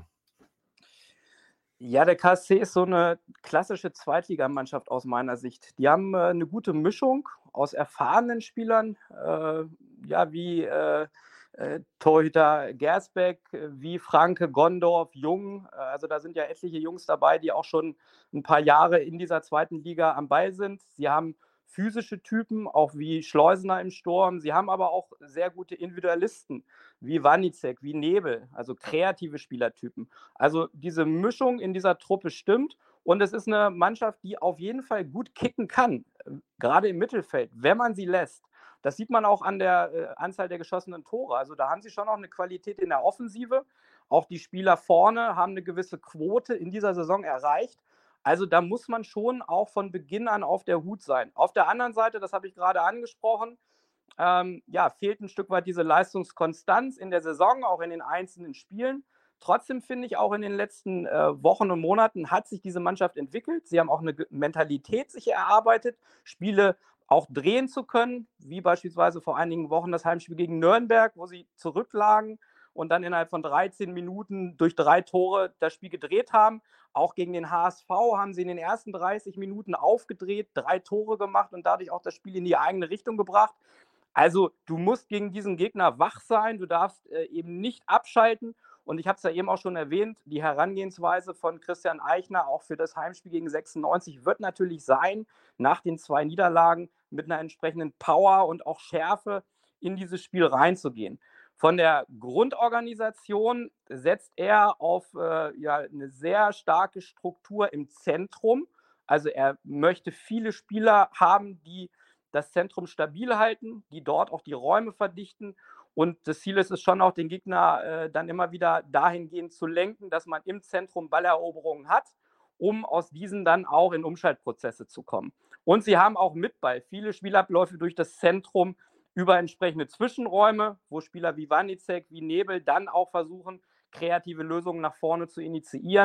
Ja, der K S C ist so eine klassische Zweitligamannschaft aus meiner Sicht. Die haben äh, eine gute Mischung aus erfahrenen Spielern, äh, ja, wie äh, äh, Torhüter Gersbeck, wie Franke, Gondorf, Jung. Äh, also da sind ja etliche Jungs dabei, die auch schon ein paar Jahre in dieser zweiten Liga am Ball sind. Sie haben physische Typen, auch wie Schleusener im Sturm. Sie haben aber auch sehr gute Individualisten, wie Wanicek, wie Nebel, also kreative Spielertypen. Also diese Mischung in dieser Truppe stimmt und es ist eine Mannschaft, die auf jeden Fall gut kicken kann, gerade im Mittelfeld, wenn man sie lässt. Das sieht man auch an der äh, Anzahl der geschossenen Tore. Also da haben sie schon auch eine Qualität in der Offensive. Auch die Spieler vorne haben eine gewisse Quote in dieser Saison erreicht. Also da muss man schon auch von Beginn an auf der Hut sein. Auf der anderen Seite, das habe ich gerade angesprochen, ähm, ja, fehlt ein Stück weit diese Leistungskonstanz in der Saison, auch in den einzelnen Spielen. Trotzdem finde ich, auch in den letzten äh, Wochen und Monaten hat sich diese Mannschaft entwickelt. Sie haben auch eine Mentalität sich erarbeitet, Spiele auch drehen zu können, wie beispielsweise vor einigen Wochen das Heimspiel gegen Nürnberg, wo sie zurücklagen und dann innerhalb von dreizehn Minuten durch drei Tore das Spiel gedreht haben. Auch gegen den H S V haben sie in den ersten dreißig Minuten aufgedreht, drei Tore gemacht und dadurch auch das Spiel in die eigene Richtung gebracht. Also du musst gegen diesen Gegner wach sein, du darfst äh, eben nicht abschalten. Und ich habe es ja eben auch schon erwähnt, die Herangehensweise von Christian Eichner auch für das Heimspiel gegen sechsundneunzig wird natürlich sein, nach den zwei Niederlagen mit einer entsprechenden Power und auch Schärfe in dieses Spiel reinzugehen. Von der Grundorganisation setzt er auf äh, ja, eine sehr starke Struktur im Zentrum. Also er möchte viele Spieler haben, die das Zentrum stabil halten, die dort auch die Räume verdichten. Und das Ziel ist es schon auch, den Gegner äh, dann immer wieder dahingehend zu lenken, dass man im Zentrum Balleroberungen hat, um aus diesen dann auch in Umschaltprozesse zu kommen. Und sie haben auch mit Ball viele Spielabläufe durch das Zentrum über entsprechende Zwischenräume, wo Spieler wie Wanicek, wie Nebel dann auch versuchen, kreative Lösungen nach vorne zu initiieren.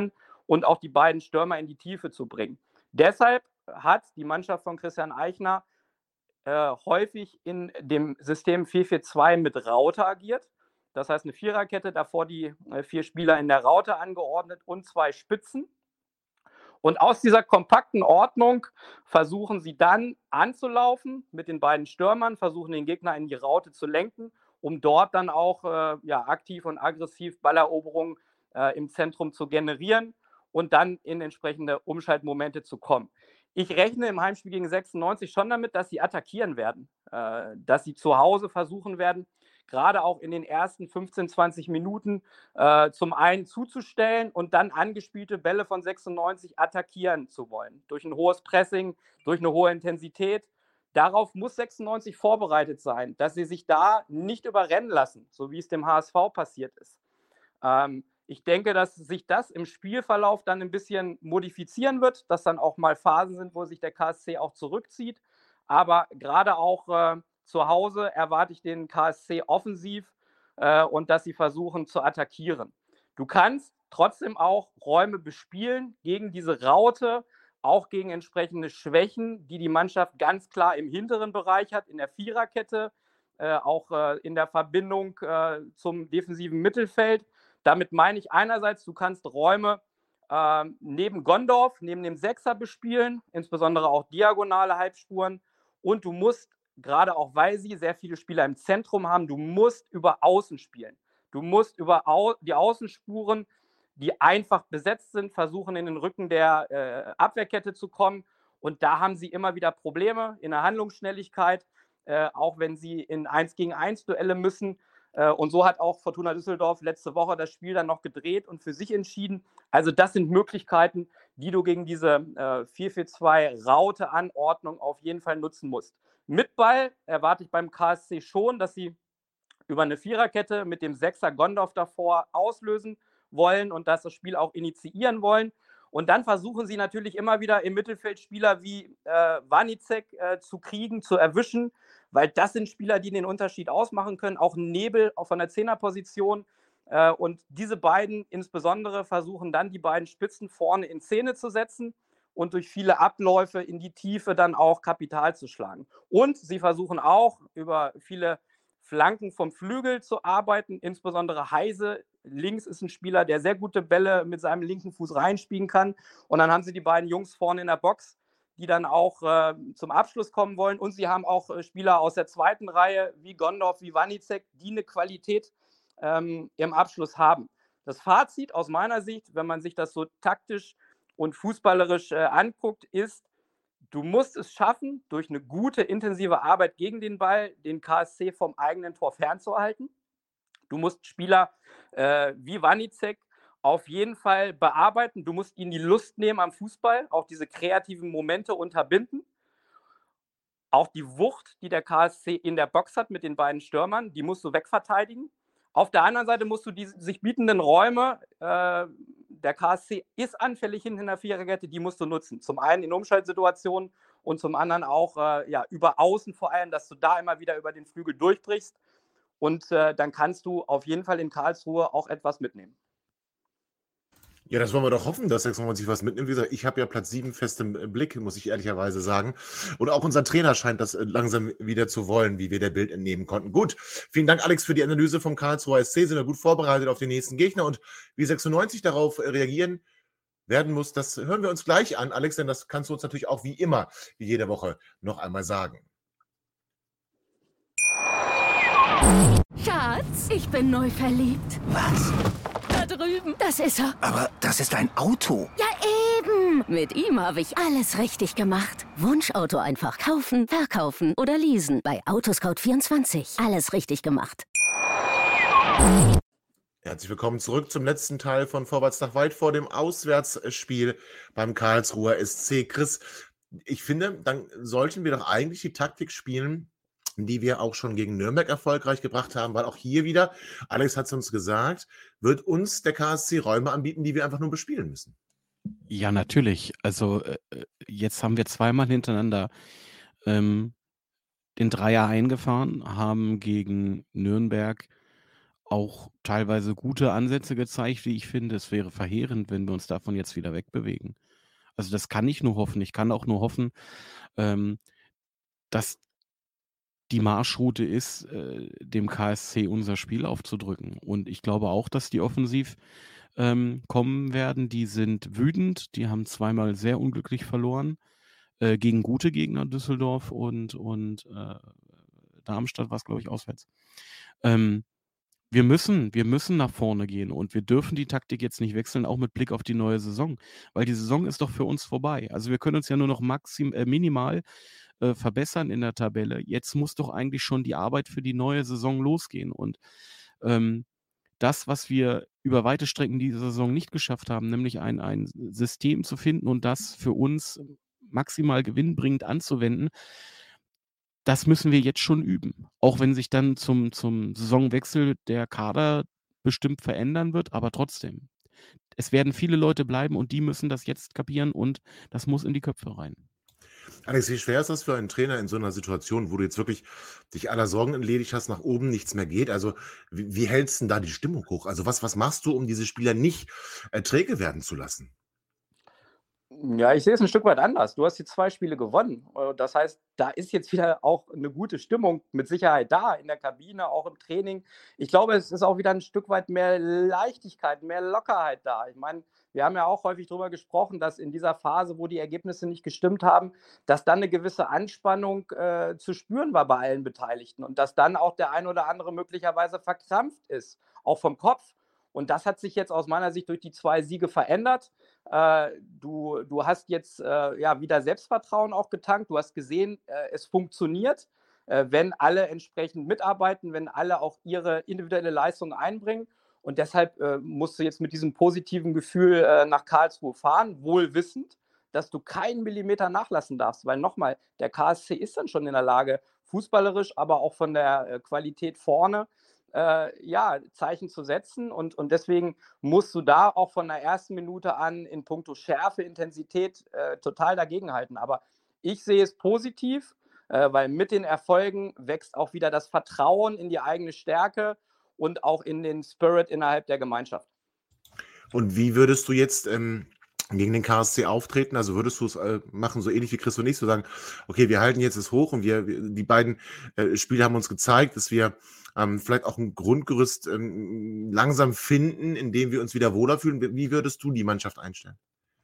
und auch die beiden Stürmer in die Tiefe zu bringen. Deshalb hat die Mannschaft von Christian Eichner äh, häufig in dem System vier vier zwei mit Raute agiert. Das heißt eine Viererkette, davor die äh, vier Spieler in der Raute angeordnet und zwei Spitzen. Und aus dieser kompakten Ordnung versuchen sie dann anzulaufen mit den beiden Stürmern, versuchen den Gegner in die Raute zu lenken, um dort dann auch äh, ja, aktiv und aggressiv Balleroberungen äh, im Zentrum zu generieren und dann in entsprechende Umschaltmomente zu kommen. Ich rechne im Heimspiel gegen sechsundneunzig schon damit, dass sie attackieren werden, äh, dass sie zu Hause versuchen werden, gerade auch in den ersten fünfzehn, zwanzig Minuten äh, zum einen zuzustellen und dann angespielte Bälle von sechsundneunzig attackieren zu wollen. Durch ein hohes Pressing, durch eine hohe Intensität. Darauf muss sechsundneunzig vorbereitet sein, dass sie sich da nicht überrennen lassen, so wie es dem H S V passiert ist. Ähm, ich denke, dass sich das im Spielverlauf dann ein bisschen modifizieren wird, dass dann auch mal Phasen sind, wo sich der K S C auch zurückzieht. Aber gerade auch äh, zu Hause erwarte ich den K S C offensiv äh, und dass sie versuchen zu attackieren. Du kannst trotzdem auch Räume bespielen gegen diese Raute, auch gegen entsprechende Schwächen, die die Mannschaft ganz klar im hinteren Bereich hat, in der Viererkette, äh, auch äh, in der Verbindung äh, zum defensiven Mittelfeld. Damit meine ich einerseits, du kannst Räume äh, neben Gondorf, neben dem Sechser bespielen, insbesondere auch diagonale Halbspuren. Und du musst, gerade auch weil sie sehr viele Spieler im Zentrum haben, du musst über Außen spielen. Du musst über Au- die Außenspuren, die einfach besetzt sind, versuchen in den Rücken der äh, Abwehrkette zu kommen. Und da haben sie immer wieder Probleme in der Handlungsschnelligkeit, äh, auch wenn sie in eins gegen eins Duelle müssen. Äh, und so hat auch Fortuna Düsseldorf letzte Woche das Spiel dann noch gedreht und für sich entschieden. Also das sind Möglichkeiten, die du gegen diese äh, vier vier zwei Raute-Anordnung auf jeden Fall nutzen musst. Mit Ball erwarte ich beim K S C schon, dass sie über eine Viererkette mit dem Sechser Gondorf davor auslösen wollen und dass das Spiel auch initiieren wollen. Und dann versuchen sie natürlich immer wieder im Mittelfeld Spieler wie äh, Wanicek äh, zu kriegen, zu erwischen, weil das sind Spieler, die den Unterschied ausmachen können. Auch Nebel auch von der Zehnerposition. Äh, und diese beiden insbesondere versuchen dann die beiden Spitzen vorne in Szene zu setzen und durch viele Abläufe in die Tiefe dann auch Kapital zu schlagen. Und sie versuchen auch über viele Flanken vom Flügel zu arbeiten, insbesondere Heise. Links ist ein Spieler, der sehr gute Bälle mit seinem linken Fuß reinspielen kann. Und dann haben sie die beiden Jungs vorne in der Box, die dann auch äh, zum Abschluss kommen wollen. Und sie haben auch äh, Spieler aus der zweiten Reihe, wie Gondorf, wie Wanicek, die eine Qualität ähm, im Abschluss haben. Das Fazit aus meiner Sicht, wenn man sich das so taktisch und fußballerisch äh, anguckt, ist, du musst es schaffen, durch eine gute, intensive Arbeit gegen den Ball den K S C vom eigenen Tor fernzuhalten. Du musst Spieler äh, wie Wanicek auf jeden Fall bearbeiten. Du musst ihnen die Lust nehmen am Fußball, auch diese kreativen Momente unterbinden. Auch die Wucht, die der K S C in der Box hat mit den beiden Stürmern, die musst du wegverteidigen. Auf der anderen Seite musst du die sich bietenden Räume, äh, der K S C ist anfällig hinten in der Viererkette, die musst du nutzen. Zum einen in Umschaltsituationen und zum anderen auch äh, ja, über Außen vor allem, dass du da immer wieder über den Flügel durchbrichst. Und äh, dann kannst du auf jeden Fall in Karlsruhe auch etwas mitnehmen. Ja, das wollen wir doch hoffen, dass sechsundneunzig was mitnimmt. Wie gesagt, ich habe ja Platz sieben fest im Blick, muss ich ehrlicherweise sagen. Und auch unser Trainer scheint das langsam wieder zu wollen, wie wir der Bild entnehmen konnten. Gut, vielen Dank, Alex, für die Analyse vom Karlsruher S C. Sind wir gut vorbereitet auf den nächsten Gegner. Und wie sechsundneunzig darauf reagieren werden muss, das hören wir uns gleich an, Alex, denn das kannst du uns natürlich auch wie immer, wie jede Woche, noch einmal sagen. Schatz, ich bin neu verliebt. Was? Da drüben. Das ist er. Aber das ist ein Auto. Ja, eben. Mit ihm habe ich alles richtig gemacht. Wunschauto einfach kaufen, verkaufen oder leasen. Bei Autoscout vierundzwanzig. Alles richtig gemacht. Herzlich willkommen zurück zum letzten Teil von Vorwärts nach Weit vor dem Auswärtsspiel beim Karlsruher S C. Chris, ich finde, dann sollten wir doch eigentlich die Taktik spielen, die wir auch schon gegen Nürnberg erfolgreich gebracht haben, weil auch hier wieder, Alex hat es uns gesagt, wird uns der K S C Räume anbieten, die wir einfach nur bespielen müssen. Ja, natürlich. Also äh, jetzt haben wir zweimal hintereinander ähm, den Dreier eingefahren, haben gegen Nürnberg auch teilweise gute Ansätze gezeigt, wie ich finde. Es wäre verheerend, wenn wir uns davon jetzt wieder wegbewegen. Also das kann ich nur hoffen. Ich kann auch nur hoffen, ähm, dass die Marschroute ist, äh, dem K S C unser Spiel aufzudrücken. Und ich glaube auch, dass die offensiv ähm, kommen werden. Die sind wütend, die haben zweimal sehr unglücklich verloren äh, gegen gute Gegner, Düsseldorf und, und äh, Darmstadt war es, glaube ich, auswärts. Ähm, wir müssen, wir müssen nach vorne gehen und wir dürfen die Taktik jetzt nicht wechseln, auch mit Blick auf die neue Saison, weil die Saison ist doch für uns vorbei. Also wir können uns ja nur noch maxim, äh, minimal äh, verbessern in der Tabelle. Jetzt muss doch eigentlich schon die Arbeit für die neue Saison losgehen und ähm, das, was wir über weite Strecken dieser Saison nicht geschafft haben, nämlich ein, ein System zu finden und das für uns maximal gewinnbringend anzuwenden, das müssen wir jetzt schon üben. Auch wenn sich dann zum, zum Saisonwechsel der Kader bestimmt verändern wird, aber trotzdem. Es werden viele Leute bleiben und die müssen das jetzt kapieren und das muss in die Köpfe rein. Alex, wie schwer ist das für einen Trainer in so einer Situation, wo du jetzt wirklich dich aller Sorgen entledigt hast, nach oben nichts mehr geht? Also wie, wie hältst du denn da die Stimmung hoch? Also was, was machst du, um diese Spieler nicht äh, träge werden zu lassen? Ja, ich sehe es ein Stück weit anders. Du hast die zwei Spiele gewonnen. Äh, Das heißt, da ist jetzt wieder auch eine gute Stimmung mit Sicherheit da in der Kabine, auch im Training. Ich glaube, es ist auch wieder ein Stück weit mehr Leichtigkeit, mehr Lockerheit da. Ich meine, wir haben ja auch häufig darüber gesprochen, dass in dieser Phase, wo die Ergebnisse nicht gestimmt haben, dass dann eine gewisse Anspannung äh, zu spüren war bei allen Beteiligten und dass dann auch der ein oder andere möglicherweise verkrampft ist, auch vom Kopf. Und das hat sich jetzt aus meiner Sicht durch die zwei Siege verändert. Äh, du, du hast jetzt äh, ja, wieder Selbstvertrauen auch getankt. Du hast gesehen, äh, es funktioniert, äh, wenn alle entsprechend mitarbeiten, wenn alle auch ihre individuelle Leistung einbringen. Und deshalb äh, musst du jetzt mit diesem positiven Gefühl äh, nach Karlsruhe fahren, wohl wissend, dass du keinen Millimeter nachlassen darfst. Weil nochmal, der K S C ist dann schon in der Lage, fußballerisch, aber auch von der äh, Qualität vorne, äh, ja, Zeichen zu setzen. Und, und deswegen musst du da auch von der ersten Minute an in puncto Schärfe, Intensität äh, total dagegenhalten. Aber ich sehe es positiv, äh, weil mit den Erfolgen wächst auch wieder das Vertrauen in die eigene Stärke und auch in den Spirit innerhalb der Gemeinschaft. Und wie würdest du jetzt ähm, gegen den K S C auftreten? Also würdest du es äh, machen, so ähnlich wie Chris und ich, so sagen, okay, wir halten jetzt es hoch und wir, wir die beiden äh, Spiele haben uns gezeigt, dass wir ähm, vielleicht auch ein Grundgerüst ähm, langsam finden, in dem wir uns wieder wohler fühlen. Wie würdest du die Mannschaft einstellen?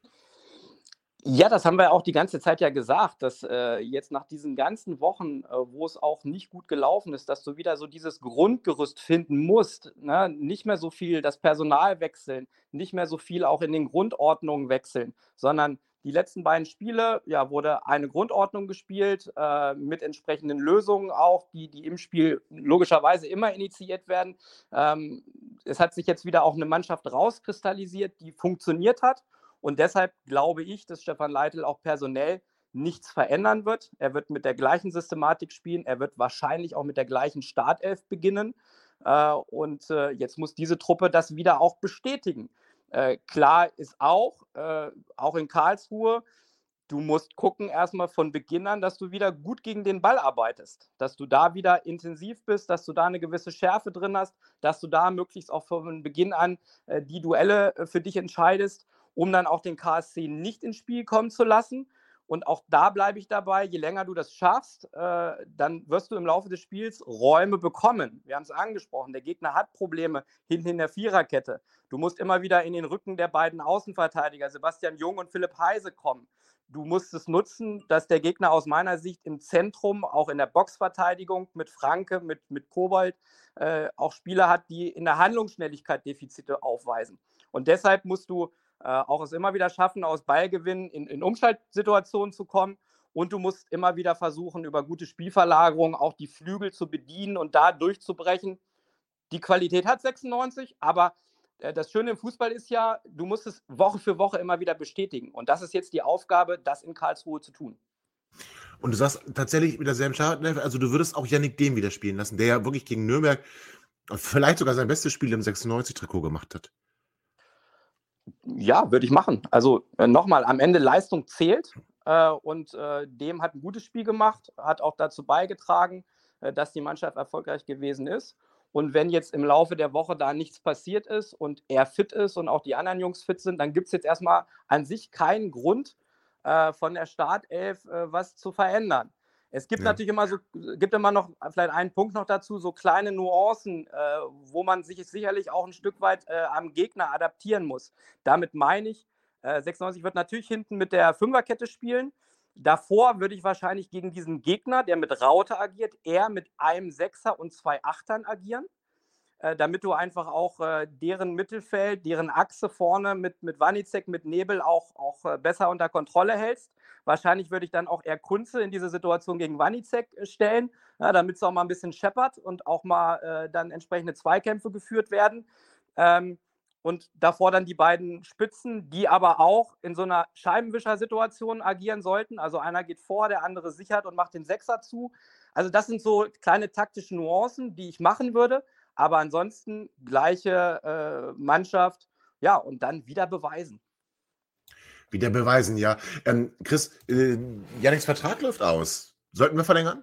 Ja, das haben wir auch die ganze Zeit ja gesagt, dass äh, jetzt nach diesen ganzen Wochen, äh, wo es auch nicht gut gelaufen ist, dass du wieder so dieses Grundgerüst finden musst, ne? Nicht mehr so viel das Personal wechseln, nicht mehr so viel auch in den Grundordnungen wechseln, sondern die letzten beiden Spiele, ja, wurde eine Grundordnung gespielt, äh, mit entsprechenden Lösungen auch, die, die im Spiel logischerweise immer initiiert werden. Ähm, es hat sich jetzt wieder auch eine Mannschaft rauskristallisiert, die funktioniert hat. Und deshalb glaube ich, dass Stefan Leitl auch personell nichts verändern wird. Er wird mit der gleichen Systematik spielen. Er wird wahrscheinlich auch mit der gleichen Startelf beginnen. Äh, und äh, jetzt muss diese Truppe das wieder auch bestätigen. Äh, klar ist auch, äh, auch in Karlsruhe, du musst gucken erstmal von Beginn an, dass du wieder gut gegen den Ball arbeitest, dass du da wieder intensiv bist, dass du da eine gewisse Schärfe drin hast, dass du da möglichst auch von Beginn an äh, die Duelle äh, für dich entscheidest, um dann auch den K S C nicht ins Spiel kommen zu lassen. Und auch da bleibe ich dabei, je länger du das schaffst, äh, dann wirst du im Laufe des Spiels Räume bekommen. Wir haben es angesprochen, der Gegner hat Probleme hinten in der Viererkette. Du musst immer wieder in den Rücken der beiden Außenverteidiger, Sebastian Jung und Philipp Heise, kommen. Du musst es nutzen, dass der Gegner aus meiner Sicht im Zentrum, auch in der Boxverteidigung mit Franke, mit, mit Kobold, äh, auch Spieler hat, die in der Handlungsschnelligkeit Defizite aufweisen. Und deshalb musst du äh, auch es immer wieder schaffen, aus Ballgewinn in, in Umschaltsituationen zu kommen. Und du musst immer wieder versuchen, über gute Spielverlagerung auch die Flügel zu bedienen und da durchzubrechen. Die Qualität hat sechsundneunzig, aber äh, das Schöne im Fußball ist ja, du musst es Woche für Woche immer wieder bestätigen. Und das ist jetzt die Aufgabe, das in Karlsruhe zu tun. Und du sagst tatsächlich mit derselben Startelf, also du würdest auch Yannick Dehm wieder spielen lassen, der ja wirklich gegen Nürnberg vielleicht sogar sein bestes Spiel im sechsundneunzig-Trikot gemacht hat. Ja, würde ich machen. Also äh, nochmal, am Ende Leistung zählt äh, und äh, Dehm hat ein gutes Spiel gemacht, hat auch dazu beigetragen, äh, dass die Mannschaft erfolgreich gewesen ist. Und wenn jetzt im Laufe der Woche da nichts passiert ist und er fit ist und auch die anderen Jungs fit sind, dann gibt es jetzt erstmal an sich keinen Grund äh, von der Startelf äh, was zu verändern. Es gibt Ja. natürlich immer so, gibt immer noch vielleicht einen Punkt noch dazu, so kleine Nuancen, äh, wo man sich sicherlich auch ein Stück weit äh, am Gegner adaptieren muss. Damit meine ich, äh, sechsundneunzig wird natürlich hinten mit der Fünferkette spielen. Davor würde ich wahrscheinlich gegen diesen Gegner, der mit Raute agiert, eher mit einem Sechser und zwei Achtern agieren, äh, damit du einfach auch äh, deren Mittelfeld, deren Achse vorne mit, mit Wanizek, mit Nebel auch, auch äh, besser unter Kontrolle hältst. Wahrscheinlich würde ich dann auch eher Kunze in diese Situation gegen Wanizek äh, stellen, ja, damit es auch mal ein bisschen scheppert und auch mal äh, dann entsprechende Zweikämpfe geführt werden. Ähm, Und davor dann die beiden Spitzen, die aber auch in so einer Scheibenwischer-Situation agieren sollten. Also einer geht vor, der andere sichert und macht den Sechser zu. Also das sind so kleine taktische Nuancen, die ich machen würde. Aber ansonsten gleiche äh, Mannschaft. Ja, und dann wieder beweisen. Wieder beweisen, ja. Ähm, Chris, äh, Yannicks Vertrag läuft aus. Sollten wir verlängern?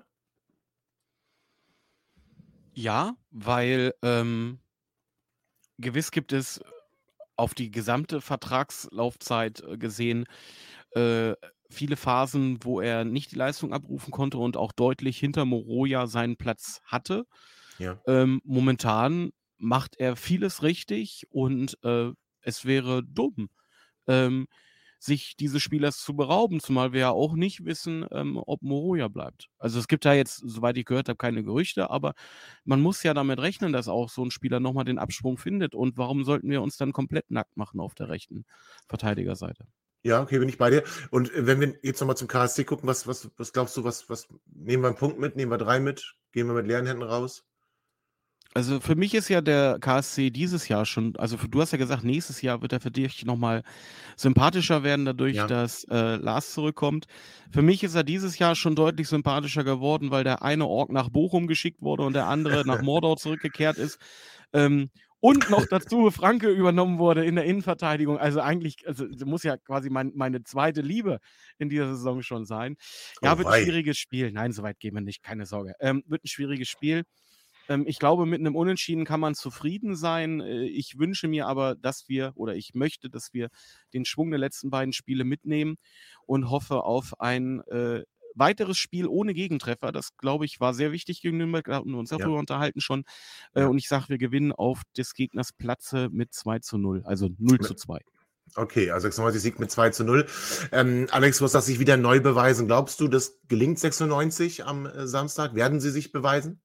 Ja, weil ähm, gewiss gibt es auf die gesamte Vertragslaufzeit äh, gesehen äh, viele Phasen, wo er nicht die Leistung abrufen konnte und auch deutlich hinter Moroja seinen Platz hatte. Ja. Ähm, momentan macht er vieles richtig und äh, es wäre dumm, ähm, sich dieses Spielers zu berauben, zumal wir ja auch nicht wissen, ähm, ob Moroja bleibt. Also es gibt da jetzt, soweit ich gehört habe, keine Gerüchte, aber man muss ja damit rechnen, dass auch so ein Spieler nochmal den Absprung findet. Und warum sollten wir uns dann komplett nackt machen auf der rechten Verteidigerseite? Ja, okay, bin ich bei dir. Und äh, wenn wir jetzt nochmal zum K S C gucken, was, was, was glaubst du, was, was nehmen wir einen Punkt mit, nehmen wir drei mit, gehen wir mit leeren Händen raus? Also für mich ist ja der K S C dieses Jahr schon, also für, du hast ja gesagt, nächstes Jahr wird er für dich nochmal sympathischer werden, dadurch, Ja. dass äh, Lars zurückkommt. Für mich ist er dieses Jahr schon deutlich sympathischer geworden, weil der eine Ork nach Bochum geschickt wurde und der andere nach Mordor zurückgekehrt ist. Ähm, und noch dazu Franke übernommen wurde in der Innenverteidigung. Also eigentlich, also muss ja quasi mein, meine zweite Liebe in dieser Saison schon sein. Ja, Oh wird ein wei. schwieriges Spiel. Nein, soweit gehen wir nicht, keine Sorge. Ähm, wird ein schwieriges Spiel. Ähm, ich glaube, mit einem Unentschieden kann man zufrieden sein. Äh, ich wünsche mir aber, dass wir, oder ich möchte, dass wir den Schwung der letzten beiden Spiele mitnehmen und hoffe auf ein äh, weiteres Spiel ohne Gegentreffer. Das, glaube ich, war sehr wichtig gegen Nürnberg. Da hatten wir uns Ja. darüber unterhalten schon. Äh, Ja. Und ich sage, wir gewinnen auf des Gegners Platze mit zwei zu null, also null zu zwei. Okay, also sechsundneunzig Sieg mit zwei zu null. Ähm, Alex muss das sich wieder neu beweisen. Glaubst du, das gelingt sechsundneunzig am äh, Samstag? Werden sie sich beweisen?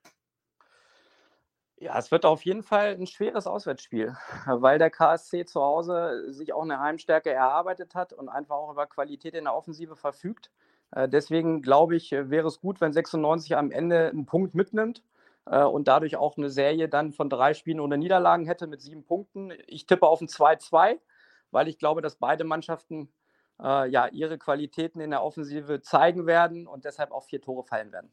Ja, es wird auf jeden Fall ein schweres Auswärtsspiel, weil der K S C zu Hause sich auch eine Heimstärke erarbeitet hat und einfach auch über Qualität in der Offensive verfügt. Äh, Deswegen glaube ich, äh, wäre es gut, wenn sechsundneunzig am Ende einen Punkt mitnimmt äh, und dadurch auch eine Serie dann von drei Spielen ohne Niederlagen hätte mit sieben Punkten. Ich tippe auf ein zwei zwei, weil ich glaube, dass beide Mannschaften äh, ja, ihre Qualitäten in der Offensive zeigen werden und deshalb auch vier Tore fallen werden.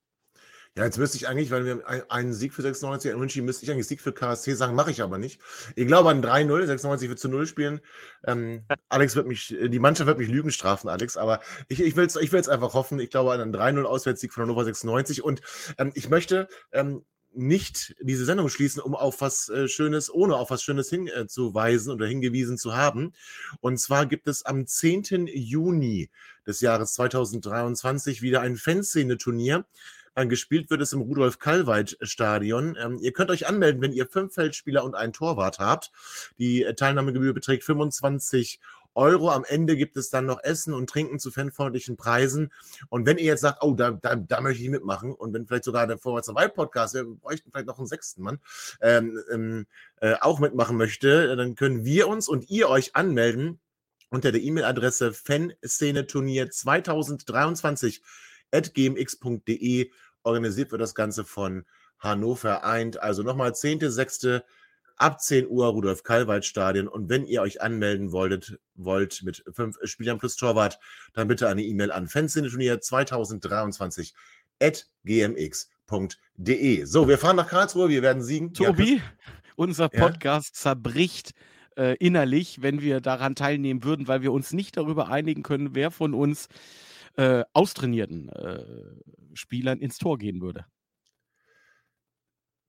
Ja, jetzt müsste ich eigentlich, weil wir ein- einen Sieg für sechsundneunzig, einen Unentschieden, müsste ich eigentlich Sieg für K S C sagen, mache ich aber nicht. Ich glaube an drei null, sechsundneunzig wird zu null spielen. Ähm, Alex wird mich, die Mannschaft wird mich Lügen strafen, Alex, aber ich, ich will es ich will's einfach hoffen. Ich glaube an einen drei null Auswärtssieg von Hannover sechsundneunzig und ähm, ich möchte ähm, nicht diese Sendung schließen, um auf was äh, Schönes, ohne auf was Schönes hinzuweisen oder hingewiesen zu haben. Und zwar gibt es am zehnten Juni des Jahres zweitausenddreiundzwanzig wieder ein Fanszene-Turnier. Äh, Gespielt wird es im Rudolf-Kallweit-Stadion. Ähm, ihr könnt euch anmelden, wenn ihr fünf Feldspieler und einen Torwart habt. Die äh, Teilnahmegebühr beträgt fünfundzwanzig Euro. Am Ende gibt es dann noch Essen und Trinken zu fanfreundlichen Preisen. Und wenn ihr jetzt sagt, oh, da, da, da möchte ich mitmachen und wenn vielleicht sogar der Vorwärts dabei Podcast, wir bräuchten vielleicht noch einen sechsten Mann, ähm, ähm, äh, auch mitmachen möchte, dann können wir uns und ihr euch anmelden unter der E-Mail-Adresse fanszene-turnier zweitausenddreiundzwanzig at gmx punkt de. Organisiert wird das Ganze von Hannover eins. Also nochmal zehnter sechster ab zehn Uhr Rudolf-Kallweit-Stadion. Und wenn ihr euch anmelden wolltet, wollt mit fünf Spielern plus Torwart, dann bitte eine E-Mail an fanszene-turnier zweitausenddreiundzwanzig at gmx punkt de. So, wir fahren nach Karlsruhe, wir werden siegen. Tobi, Ja, unser Ja? Podcast zerbricht äh, innerlich, wenn wir daran teilnehmen würden, weil wir uns nicht darüber einigen können, wer von uns äh, austrainierten äh, Spielern ins Tor gehen würde.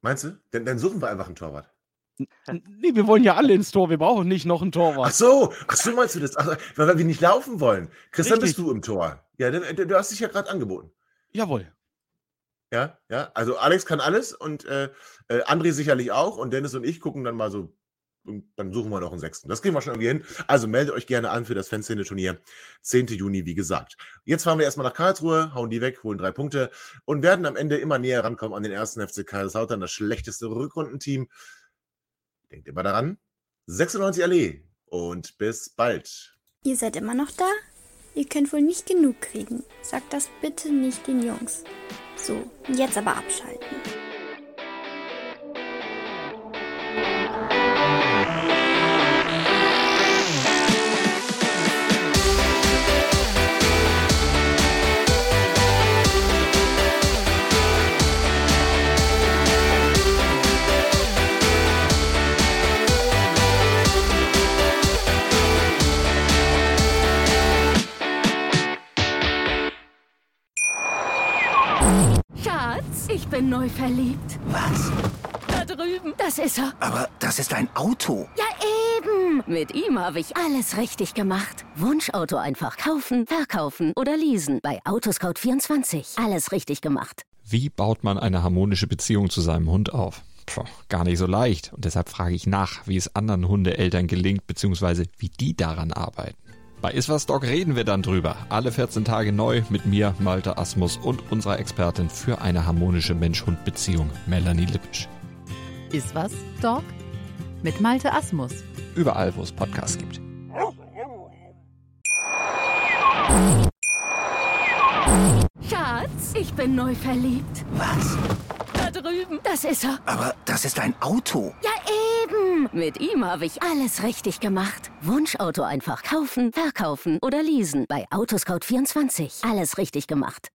Meinst du? Dann, dann suchen wir einfach einen Torwart. Nee, wir wollen ja alle ins Tor. Wir brauchen nicht noch einen Torwart. Ach so, ach so meinst du das? Ach, weil wir nicht laufen wollen. Christian, Richtig. bist du im Tor? Ja, du, du hast dich ja gerade angeboten. Jawohl. Ja, ja. Also Alex kann alles und äh, äh, André sicherlich auch. Und Dennis und ich gucken dann mal so, und dann suchen wir noch einen Sechsten. Das kriegen wir schon irgendwie hin. Also meldet euch gerne an für das Fanszene-Turnier. zehnten Juni, wie gesagt. Jetzt fahren wir erstmal nach Karlsruhe, hauen die weg, holen drei Punkte und werden am Ende immer näher rankommen an den ersten F C Kaiserslautern, das schlechteste Rückrundenteam. Denkt immer daran. sechsundneunzig Allee und bis bald. Ihr seid immer noch da? Ihr könnt wohl nicht genug kriegen. Sagt das bitte nicht den Jungs. So, jetzt aber abschalten. Schatz, ich bin neu verliebt. Was? Da drüben. Das ist er. Aber das ist ein Auto. Ja, eben. Mit ihm habe ich alles richtig gemacht. Wunschauto einfach kaufen, verkaufen oder leasen. Bei Autoscout vierundzwanzig. Alles richtig gemacht. Wie baut man eine harmonische Beziehung zu seinem Hund auf? Puh, gar nicht so leicht. Und deshalb frage ich nach, wie es anderen Hundeeltern gelingt, beziehungsweise wie die daran arbeiten. Bei Iswas Dog reden wir dann drüber. Alle vierzehn Tage neu mit mir, Malte Asmus und unserer Expertin für eine harmonische Mensch-Hund-Beziehung, Melanie Lippisch. Iswas Dog mit Malte Asmus. Überall, wo es Podcasts gibt. Schatz, ich bin neu verliebt. Was? Da drüben. Das ist er. Aber das ist ein Auto. Ja, eben. Mit ihm habe ich alles richtig gemacht. Wunschauto einfach kaufen, verkaufen oder leasen. Bei Autoscout vierundzwanzig. Alles richtig gemacht.